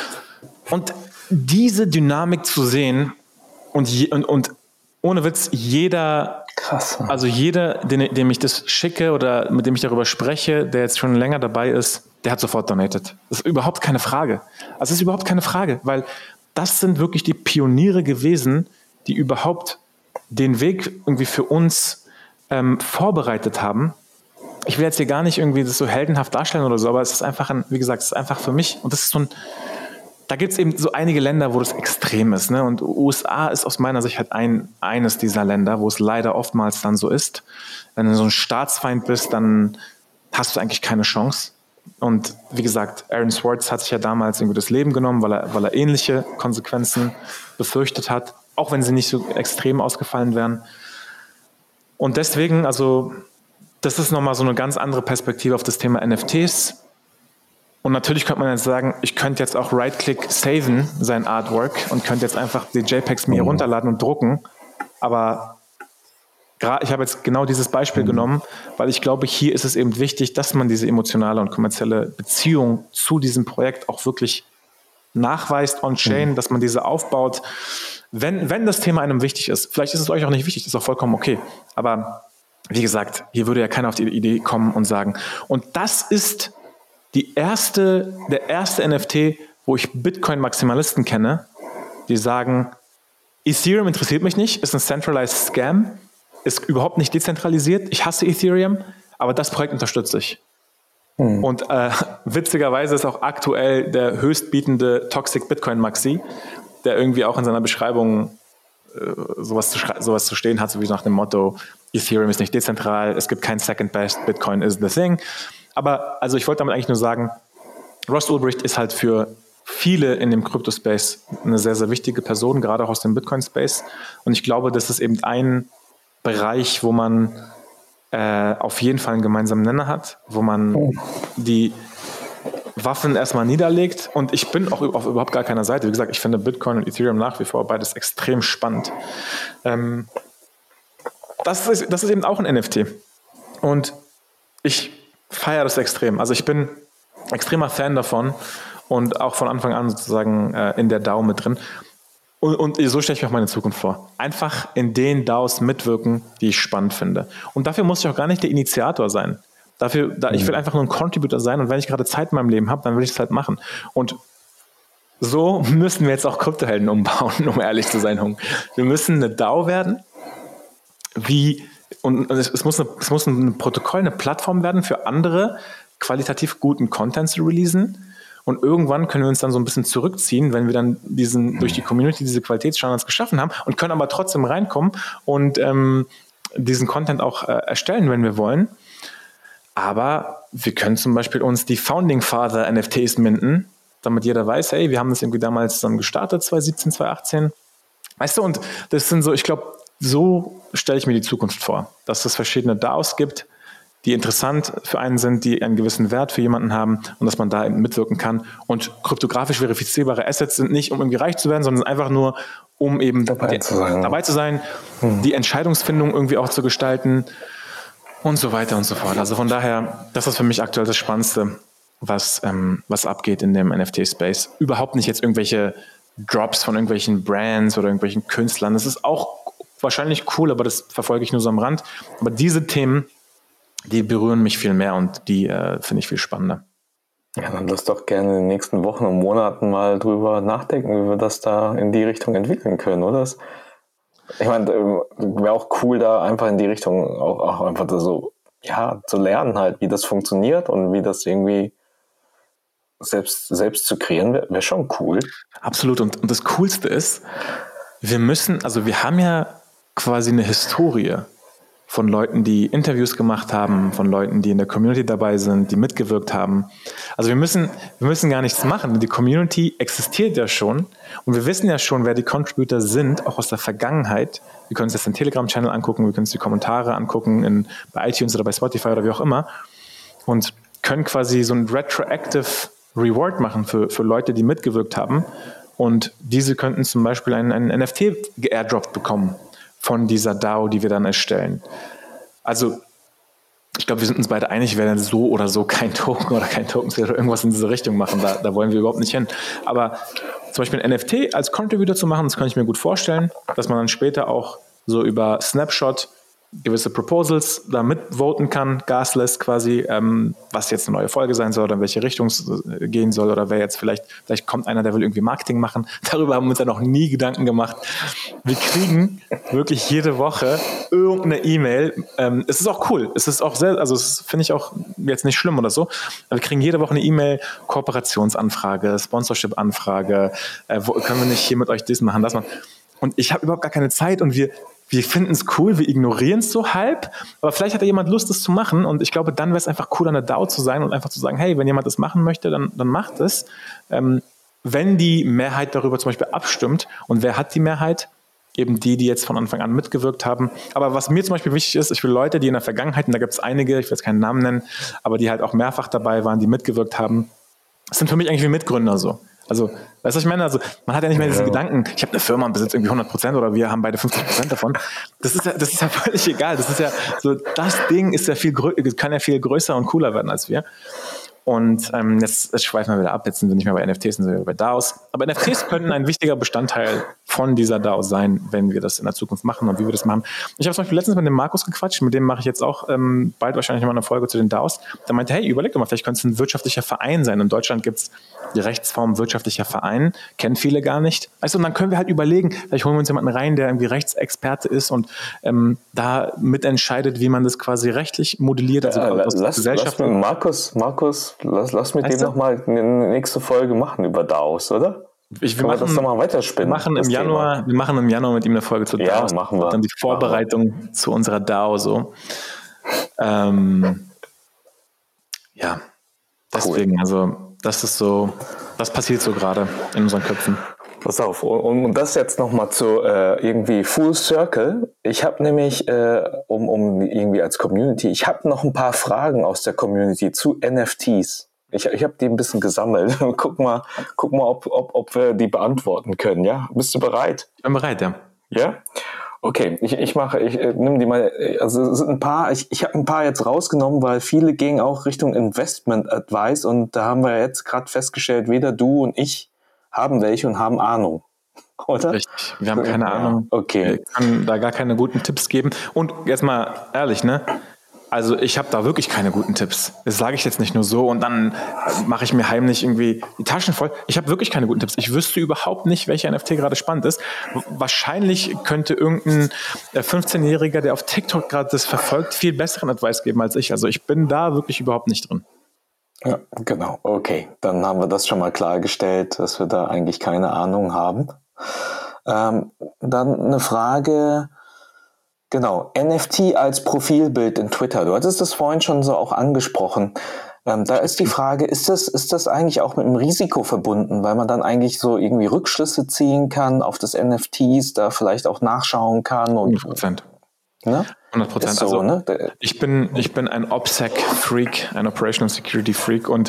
Und diese Dynamik zu sehen und ohne Witz, Krass. Also jeder, dem ich das schicke oder mit dem ich darüber spreche, der jetzt schon länger dabei ist, der hat sofort donated. Das ist überhaupt keine Frage. Also es ist überhaupt keine Frage, weil das sind wirklich die Pioniere gewesen, die überhaupt den Weg irgendwie für uns vorbereitet haben. Ich will jetzt hier gar nicht irgendwie das so heldenhaft darstellen oder so, aber es ist einfach, wie gesagt, es ist einfach für mich, und das ist so da gibt es eben so einige Länder, wo das extrem ist, ne? Und USA ist aus meiner Sicht halt eines dieser Länder, wo es leider oftmals dann so ist. Wenn du so ein Staatsfeind bist, dann hast du eigentlich keine Chance. Und wie gesagt, Aaron Swartz hat sich ja damals irgendwie das Leben genommen, weil er ähnliche Konsequenzen befürchtet hat, auch wenn sie nicht so extrem ausgefallen wären. Und deswegen, also das ist nochmal so eine ganz andere Perspektive auf das Thema NFTs. Und natürlich könnte man jetzt sagen, ich könnte jetzt auch Right-Click saven, sein Artwork, und könnte jetzt einfach die JPEGs mir runterladen und drucken. Aber ich habe jetzt genau dieses Beispiel genommen, weil ich glaube, hier ist es eben wichtig, dass man diese emotionale und kommerzielle Beziehung zu diesem Projekt auch wirklich nachweist on-chain, dass man diese aufbaut. Wenn das Thema einem wichtig ist, vielleicht ist es euch auch nicht wichtig, das ist auch vollkommen okay. Aber wie gesagt, hier würde ja keiner auf die Idee kommen und sagen, und das ist der erste NFT, wo ich Bitcoin-Maximalisten kenne, die sagen, Ethereum interessiert mich nicht, ist ein centralized Scam, ist überhaupt nicht dezentralisiert, ich hasse Ethereum, aber das Projekt unterstütze ich. Und witzigerweise ist auch aktuell der höchstbietende Toxic Bitcoin Maxi, der irgendwie auch in seiner Beschreibung sowas zu stehen hat, so wie nach dem Motto, Ethereum ist nicht dezentral, es gibt kein Second Best, Bitcoin is the thing. Aber also ich wollte damit eigentlich nur sagen, Ross Ulbricht ist halt für viele in dem Crypto-Space eine sehr, sehr wichtige Person, gerade auch aus dem Bitcoin-Space. Und ich glaube, das ist eben ein Bereich, wo man auf jeden Fall einen gemeinsamen Nenner hat, wo man die Waffen erstmal niederlegt. Und ich bin auch auf überhaupt gar keiner Seite. Wie gesagt, ich finde Bitcoin und Ethereum nach wie vor beides extrem spannend. Das ist eben auch ein NFT. Und ich feiere das extrem. Also ich bin extremer Fan davon und auch von Anfang an sozusagen in der DAO mit drin. Und so stelle ich mir auch meine Zukunft vor. Einfach in den DAOs mitwirken, die ich spannend finde. Und dafür muss ich auch gar nicht der Initiator sein. Ich will einfach nur ein Contributor sein und wenn ich gerade Zeit in meinem Leben habe, dann will ich es halt machen. Und so müssen wir jetzt auch Kryptohelden umbauen, um ehrlich zu sein, Hung. Wir müssen eine DAO werden, es muss ein Protokoll, eine Plattform werden für andere, qualitativ guten Content zu releasen. Und irgendwann können wir uns dann so ein bisschen zurückziehen, wenn wir dann durch die Community diese Qualitätsstandards geschaffen haben und können aber trotzdem reinkommen und diesen Content auch erstellen, wenn wir wollen. Aber wir können zum Beispiel uns die Founding Father NFTs minten, damit jeder weiß, hey, wir haben das irgendwie damals zusammen gestartet, 2017, 2018. Weißt du, und das sind so, ich glaube, so stelle ich mir die Zukunft vor, dass es verschiedene DAOs gibt, die interessant für einen sind, die einen gewissen Wert für jemanden haben und dass man da eben mitwirken kann. Und kryptografisch verifizierbare Assets sind nicht, um irgendwie reich zu werden, sondern einfach nur, um eben dabei zu sein, die Entscheidungsfindung irgendwie auch zu gestalten und so weiter und so fort. Also von daher, das ist für mich aktuell das Spannendste, was abgeht in dem NFT-Space. Überhaupt nicht jetzt irgendwelche Drops von irgendwelchen Brands oder irgendwelchen Künstlern. Das ist auch wahrscheinlich cool, aber das verfolge ich nur so am Rand. Aber diese Themen, die berühren mich viel mehr und die finde ich viel spannender. Ja, dann lass doch gerne in den nächsten Wochen und Monaten mal drüber nachdenken, wie wir das da in die Richtung entwickeln können, oder? Ich meine, wäre auch cool, da einfach in die Richtung auch einfach so, ja, zu lernen halt, wie das funktioniert und wie das irgendwie selbst zu kreieren, wäre schon cool. Absolut. Und das Coolste ist, wir haben ja quasi eine Historie von Leuten, die Interviews gemacht haben, von Leuten, die in der Community dabei sind, die mitgewirkt haben. Also wir müssen gar nichts machen. Die Community existiert ja schon und wir wissen ja schon, wer die Contributor sind, auch aus der Vergangenheit. Wir können uns jetzt den Telegram-Channel angucken, wir können uns die Kommentare angucken bei iTunes oder bei Spotify oder wie auch immer und können quasi so ein Retroactive Reward machen für Leute, die mitgewirkt haben und diese könnten zum Beispiel einen NFT geairdroppt bekommen von dieser DAO, die wir dann erstellen. Also ich glaube, wir sind uns beide einig, wir werden so oder so kein Token oder kein Token oder irgendwas in diese Richtung machen. Da wollen wir überhaupt nicht hin. Aber zum Beispiel ein NFT als Contributor zu machen, das kann ich mir gut vorstellen, dass man dann später auch so über Snapshot gewisse Proposals da mitvoten kann, gasless quasi, was jetzt eine neue Folge sein soll oder in welche Richtung es gehen soll oder wer jetzt vielleicht kommt einer, der will irgendwie Marketing machen. Darüber haben wir uns ja noch nie Gedanken gemacht. Wir kriegen wirklich jede Woche irgendeine E-Mail. Es ist auch cool. Es ist auch sehr, also das finde ich auch jetzt nicht schlimm oder so. Aber wir kriegen jede Woche eine E-Mail, Kooperationsanfrage, Sponsorship-Anfrage, können wir nicht hier mit euch das machen, das machen. Und ich habe überhaupt gar keine Zeit und wir finden es cool, wir ignorieren es so halb, aber vielleicht hat ja jemand Lust, das zu machen und ich glaube, dann wäre es einfach cool, an der DAO zu sein und einfach zu sagen, hey, wenn jemand das machen möchte, dann macht es. Wenn die Mehrheit darüber zum Beispiel abstimmt und wer hat die Mehrheit? Eben die jetzt von Anfang an mitgewirkt haben. Aber was mir zum Beispiel wichtig ist, ich will Leute, die in der Vergangenheit, und da gibt es einige, ich will jetzt keinen Namen nennen, aber die halt auch mehrfach dabei waren, die mitgewirkt haben, das sind für mich eigentlich wie Mitgründer so. Also, weißt du, was ich meine? Also, man hat ja nicht mehr diese Gedanken, ich habe eine Firma und besitze irgendwie 100% oder wir haben beide 50% davon. Das ist ja völlig egal. Das ist ja so, das Ding ist ja kann ja viel größer und cooler werden als wir. Und jetzt schweifen wir wieder ab, jetzt sind wir nicht mehr bei NFTs, sind wir bei DAOs. Aber NFTs könnten ein wichtiger Bestandteil von dieser DAO sein, wenn wir das in der Zukunft machen und wie wir das machen. Ich habe zum Beispiel letztens mit dem Markus gequatscht, mit dem mache ich jetzt auch bald wahrscheinlich mal eine Folge zu den DAOs. Der meinte, hey, überleg doch mal, vielleicht könnte es ein wirtschaftlicher Verein sein. In Deutschland gibt es die Rechtsform wirtschaftlicher Verein, kennen viele gar nicht. Also, und dann können wir halt überlegen, vielleicht holen wir uns jemanden rein, der irgendwie Rechtsexperte ist und da mitentscheidet, wie man das quasi rechtlich modelliert. Also lass mit dem nochmal eine nächste Folge machen über DAOs, oder? Wir machen im Januar mit ihm eine Folge zu DAOs. Ja, machen wir. Dann die Vorbereitung zu unserer DAO so. Ja, deswegen, cool. Also das ist so, das passiert so gerade in unseren Köpfen. Pass auf, und das jetzt nochmal zu irgendwie Full Circle. Ich habe nämlich, um irgendwie als Community, ich habe noch ein paar Fragen aus der Community zu NFTs. Ich habe die ein bisschen gesammelt. Guck mal, ob wir die beantworten können, ja? Bist du bereit? Ich bin bereit, ja. Ja? Okay, ich nehme die mal, also es sind ein paar, ich habe ein paar jetzt rausgenommen, weil viele gehen auch Richtung Investment Advice und da haben wir jetzt gerade festgestellt, weder du und ich haben welche und haben Ahnung, oder? Richtig, wir haben keine Ahnung. Okay. Wir können da gar keine guten Tipps geben. Und jetzt mal ehrlich, ne? Also ich habe da wirklich keine guten Tipps. Das sage ich jetzt nicht nur so und dann mache ich mir heimlich irgendwie die Taschen voll. Ich habe wirklich keine guten Tipps. Ich wüsste überhaupt nicht, welcher NFT gerade spannend ist. Wahrscheinlich könnte irgendein 15-Jähriger, der auf TikTok gerade das verfolgt, viel besseren Advice geben als ich. Also ich bin da wirklich überhaupt nicht drin. Ja, genau. Okay, dann haben wir das schon mal klargestellt, dass wir da eigentlich keine Ahnung haben. Dann eine Frage, genau, NFT als Profilbild in Twitter. Du hattest das vorhin schon so auch angesprochen. Da ist die Frage, ist das eigentlich auch mit einem Risiko verbunden, weil man dann eigentlich so irgendwie Rückschlüsse ziehen kann auf das NFTs, da vielleicht auch nachschauen kann? Und 100%. Ne? 100%. So, also ne? ich bin ein OPSEC-Freak, ein Operational Security-Freak und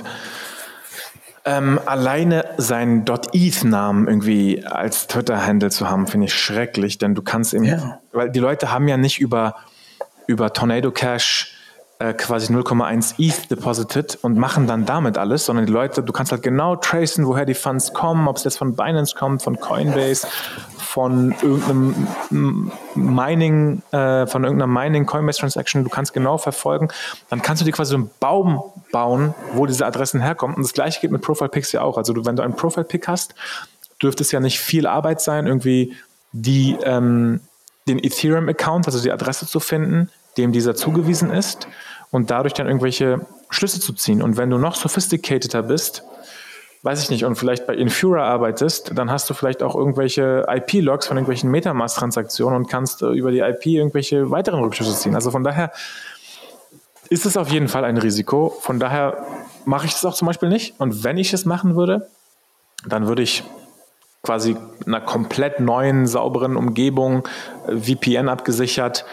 alleine seinen .eth-Namen irgendwie als Twitter-Handle zu haben, finde ich schrecklich, denn du kannst eben, weil die Leute haben ja nicht über Tornado Cash quasi 0,1 ETH deposited und machen dann damit alles, sondern die Leute, du kannst halt genau tracen, woher die Funds kommen, ob es jetzt von Binance kommt, von Coinbase, von irgendeinem Mining, Coinbase-Transaction, du kannst genau verfolgen, dann kannst du dir quasi so einen Baum bauen, wo diese Adressen herkommen. Und das Gleiche geht mit Profile-Pics ja auch. Also wenn du einen Profile-Pic hast, dürfte es ja nicht viel Arbeit sein, irgendwie den Ethereum-Account, also die Adresse zu finden, dem dieser zugewiesen ist und dadurch dann irgendwelche Schlüsse zu ziehen. Und wenn du noch sophisticateder bist, weiß ich nicht, und vielleicht bei Infura arbeitest, dann hast du vielleicht auch irgendwelche IP-Logs von irgendwelchen Metamask-Transaktionen und kannst über die IP irgendwelche weiteren Rückschlüsse ziehen. Also von daher ist es auf jeden Fall ein Risiko. Von daher mache ich das auch zum Beispiel nicht. Und wenn ich es machen würde, dann würde ich quasi in einer komplett neuen, sauberen Umgebung, VPN abgesichert,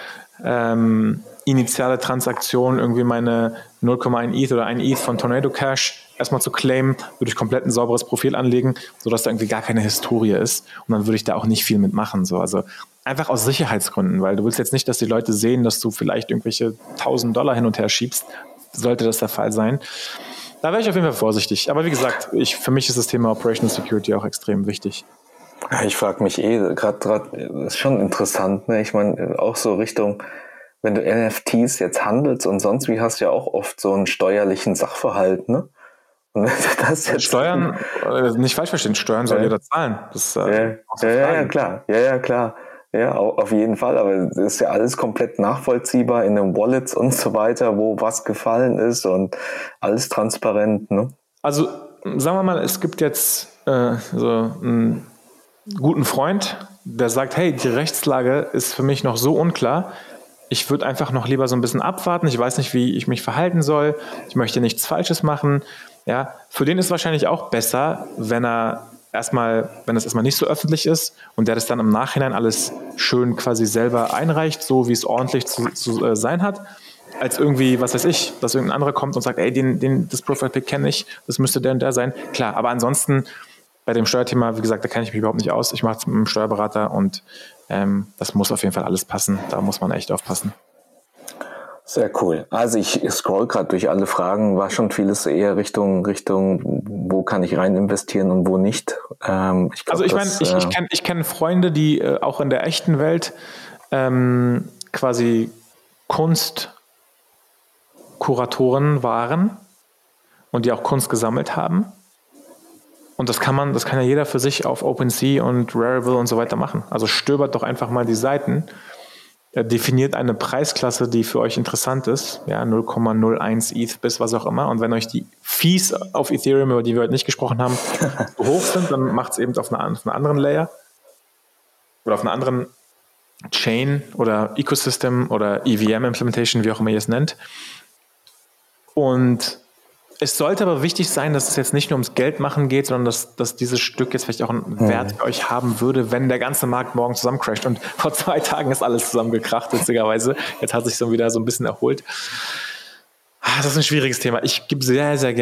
initiale Transaktion, irgendwie meine 0,1 ETH oder 1 ETH von Tornado Cash erstmal zu claimen, würde ich komplett ein sauberes Profil anlegen, sodass da irgendwie gar keine Historie ist und dann würde ich da auch nicht viel mitmachen. So. Also einfach aus Sicherheitsgründen, weil du willst jetzt nicht, dass die Leute sehen, dass du vielleicht irgendwelche $1.000 hin und her schiebst, sollte das der Fall sein. Da wäre ich auf jeden Fall vorsichtig. Aber wie gesagt, für mich ist das Thema Operational Security auch extrem wichtig. Ja, ich frage mich gerade, ist schon interessant, ne? Ich meine, auch so Richtung, wenn du NFTs jetzt handelst und sonst wie, hast du ja auch oft so einen steuerlichen Sachverhalt, ne? Und das jetzt Steuern, nicht falsch verstehen, Steuern soll jeder zahlen. Das, klar. Ja, klar. Ja, auf jeden Fall, aber das ist ja alles komplett nachvollziehbar in den Wallets und so weiter, wo was gefallen ist und alles transparent, ne? Also, sagen wir mal, es gibt jetzt so einen guten Freund, der sagt, hey, die Rechtslage ist für mich noch so unklar, ich würde einfach noch lieber so ein bisschen abwarten, ich weiß nicht, wie ich mich verhalten soll, ich möchte nichts Falsches machen. Ja, für den ist es wahrscheinlich auch besser, wenn es erstmal nicht so öffentlich ist und der das dann im Nachhinein alles schön quasi selber einreicht, so wie es ordentlich zu sein hat, als irgendwie, was weiß ich, dass irgendein anderer kommt und sagt, ey, das Profile-Pic kenne ich, das müsste der und der sein. Klar, aber ansonsten bei dem Steuerthema, wie gesagt, da kenne ich mich überhaupt nicht aus. Ich mache es mit einem Steuerberater und das muss auf jeden Fall alles passen. Da muss man echt aufpassen. Sehr cool. Also ich scroll gerade durch alle Fragen, war schon vieles eher Richtung, wo kann ich rein investieren und wo nicht. Ich glaub, also ich kenn Freunde, die auch in der echten Welt quasi Kunstkuratoren waren und die auch Kunst gesammelt haben. Und das kann ja jeder für sich auf OpenSea und Rarible und so weiter machen. Also stöbert doch einfach mal die Seiten, definiert eine Preisklasse, die für euch interessant ist, ja, 0,01 ETH bis was auch immer. Und wenn euch die Fees auf Ethereum, über die wir heute nicht gesprochen haben, so hoch sind, dann macht es eben auf einer anderen Layer oder auf einer anderen Chain oder Ecosystem oder EVM-Implementation, wie auch immer ihr es nennt. Und es sollte aber wichtig sein, dass es jetzt nicht nur ums Geld machen geht, sondern dass dieses Stück jetzt vielleicht auch einen Wert für euch haben würde, wenn der ganze Markt morgen zusammencrasht. Und vor 2 Tagen ist alles zusammengekracht, witzigerweise. Jetzt hat sich so wieder so ein bisschen erholt. Das ist ein schwieriges Thema. Ich gebe sehr, sehr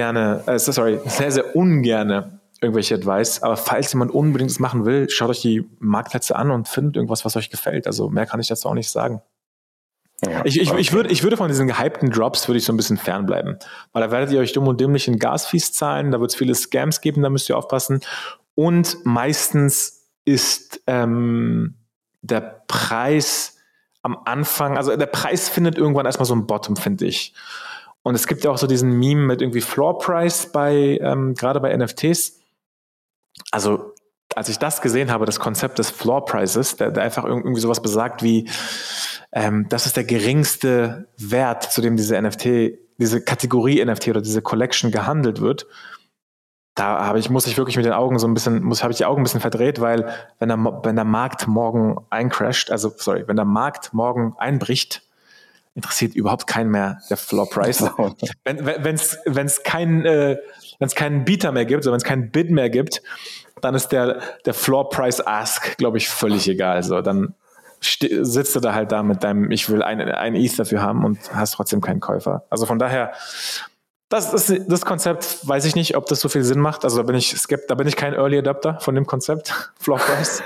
ungerne irgendwelche Advice. Aber falls jemand unbedingt das machen will, schaut euch die Marktplätze an und findet irgendwas, was euch gefällt. Also mehr kann ich dazu auch nicht sagen. Ja, ich würde von diesen gehypten Drops würde ich so ein bisschen fernbleiben, weil da werdet ihr euch dumm und dämlich in Gasfees zahlen, da wird es viele Scams geben, da müsst ihr aufpassen und meistens ist der Preis am Anfang, also der Preis findet irgendwann erstmal so ein Bottom, finde ich. Und es gibt ja auch so diesen Meme mit irgendwie Floor Price gerade bei NFTs. Also als ich das gesehen habe, das Konzept des Floor Prices, der einfach irgendwie sowas besagt wie, das ist der geringste Wert, zu dem diese Kategorie NFT oder diese Collection gehandelt wird. Da habe ich die Augen ein bisschen verdreht, weil wenn der Markt morgen wenn der Markt morgen einbricht, interessiert überhaupt keinen mehr der Floor Price. Wenn es keinen Bieter mehr gibt, oder wenn es keinen Bid mehr gibt, dann ist der Floor Price Ask, glaube ich, völlig egal. So, dann sitzt du da halt da mit deinem, ich will ein ETH dafür haben und hast trotzdem keinen Käufer. Also von daher, das Konzept, weiß ich nicht, ob das so viel Sinn macht. Also da bin ich kein Early Adopter von dem Konzept, Floor Price.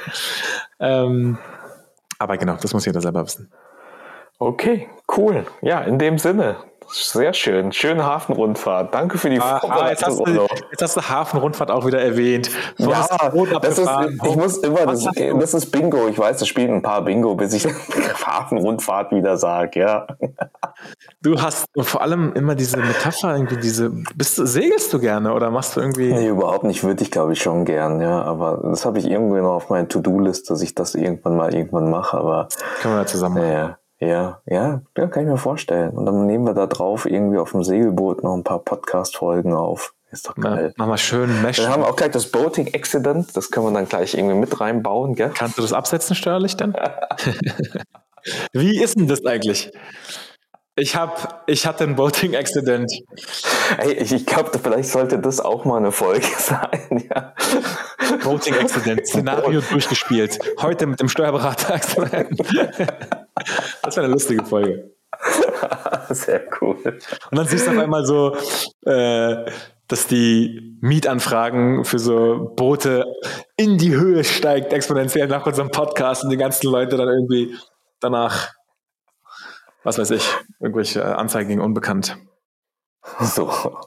Aber genau, das muss jeder selber wissen. Okay, cool. Ja, in dem Sinne. Sehr schön. Schöne Hafenrundfahrt. Danke für die Vorbereitung. Jetzt hast du Hafenrundfahrt auch wieder erwähnt. Das ist Bingo. Ich weiß, es spielen ein paar Bingo, bis ich Hafenrundfahrt wieder sage, ja. Du hast vor allem immer diese Metapher, irgendwie segelst du gerne oder machst du irgendwie? Nee, überhaupt nicht. Würde ich, glaube ich, schon gern, ja. Aber das habe ich irgendwie noch auf meiner To-Do-List, dass ich das irgendwann mache, aber. Können wir ja zusammen machen. Ja, kann ich mir vorstellen. Und dann nehmen wir da drauf irgendwie auf dem Segelboot noch ein paar Podcast-Folgen auf. Ist doch geil. Mach mal schön Mesh. Dann haben wir auch gleich das Boating-Accident. Das können wir dann gleich irgendwie mit reinbauen, gell? Kannst du das absetzen steuerlich dann? Wie ist denn das eigentlich? Ich hatte ein Boating-Accident. Hey, ich glaube, vielleicht sollte das auch mal eine Folge sein, ja. Boating-Accident, Szenario durchgespielt. Heute mit dem Steuerberater. Das wäre eine lustige Folge. Sehr cool. Und dann siehst du auf einmal so, dass die Mietanfragen für so Boote in die Höhe steigt, exponentiell nach unserem Podcast und die ganzen Leute dann irgendwie danach, was weiß ich, irgendwelche Anzeigen gegen Unbekannt. So.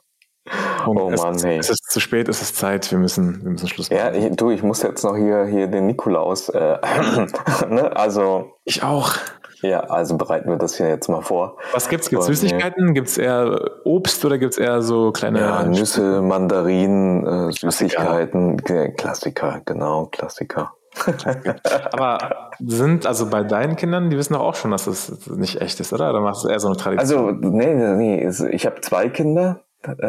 Es ist zu spät, es ist Zeit, wir müssen Schluss machen. Ja, ich muss jetzt noch hier den Nikolaus, ne? Also. Ich auch. Ja, also bereiten wir das hier jetzt mal vor. Was gibt's? Gibt's Süßigkeiten? Gibt's eher Obst oder gibt's eher so kleine... Ja, Nüsse, Mandarinen, Süßigkeiten, Klassiker, genau, Klassiker. Aber also bei deinen Kindern, die wissen doch auch schon, dass das nicht echt ist, oder? Oder machst du eher so eine Tradition? Also, nee, ich habe 2 Kinder.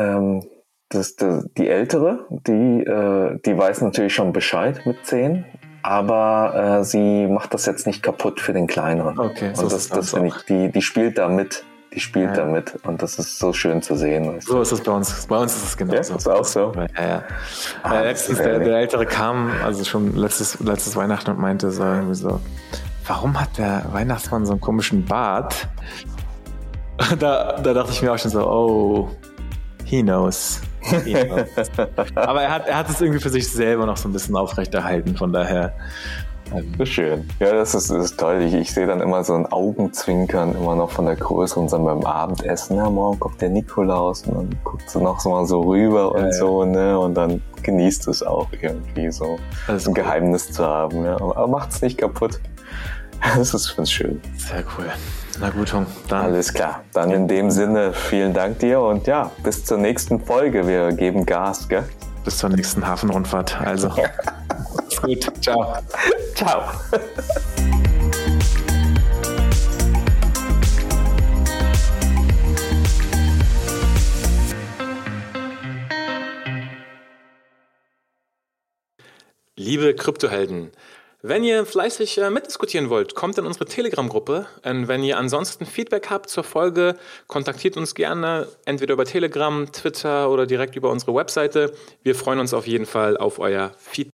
Die ältere, die weiß natürlich schon Bescheid mit 10, aber sie macht das jetzt nicht kaputt für den Kleineren. Okay, und das finde ich, die spielt da mit. Die spielt damit und das ist so schön zu sehen. So ist es bei uns. Bei uns ist es genau so. Ja, ist auch so. Ja. Letztens, der Ältere kam, also schon letztes Weihnachten und meinte so irgendwie so, warum hat der Weihnachtsmann so einen komischen Bart? Da dachte ich mir auch schon so, oh, he knows. Aber er hat es irgendwie für sich selber noch so ein bisschen aufrechterhalten, von daher So schön. Ja, das ist toll. Ich sehe dann immer so ein Augenzwinkern immer noch von der Größe und dann beim Abendessen. Na, morgen kommt der Nikolaus und dann guckt sie noch so mal so rüber und so, ne? Und dann genießt es auch irgendwie so, ein Geheimnis zu haben. Ja. Aber macht's nicht kaputt. Das ist schon schön. Sehr cool. Na gut, Tom. Dann. Alles klar. Dann in dem Sinne, vielen Dank dir und ja, bis zur nächsten Folge. Wir geben Gas, gell? Bis zur nächsten Hafenrundfahrt. Also. Gut. Ciao. Ciao. Liebe Kryptohelden, wenn ihr fleißig mitdiskutieren wollt, kommt in unsere Telegram-Gruppe. Und wenn ihr ansonsten Feedback habt zur Folge, kontaktiert uns gerne entweder über Telegram, Twitter oder direkt über unsere Webseite. Wir freuen uns auf jeden Fall auf euer Feedback.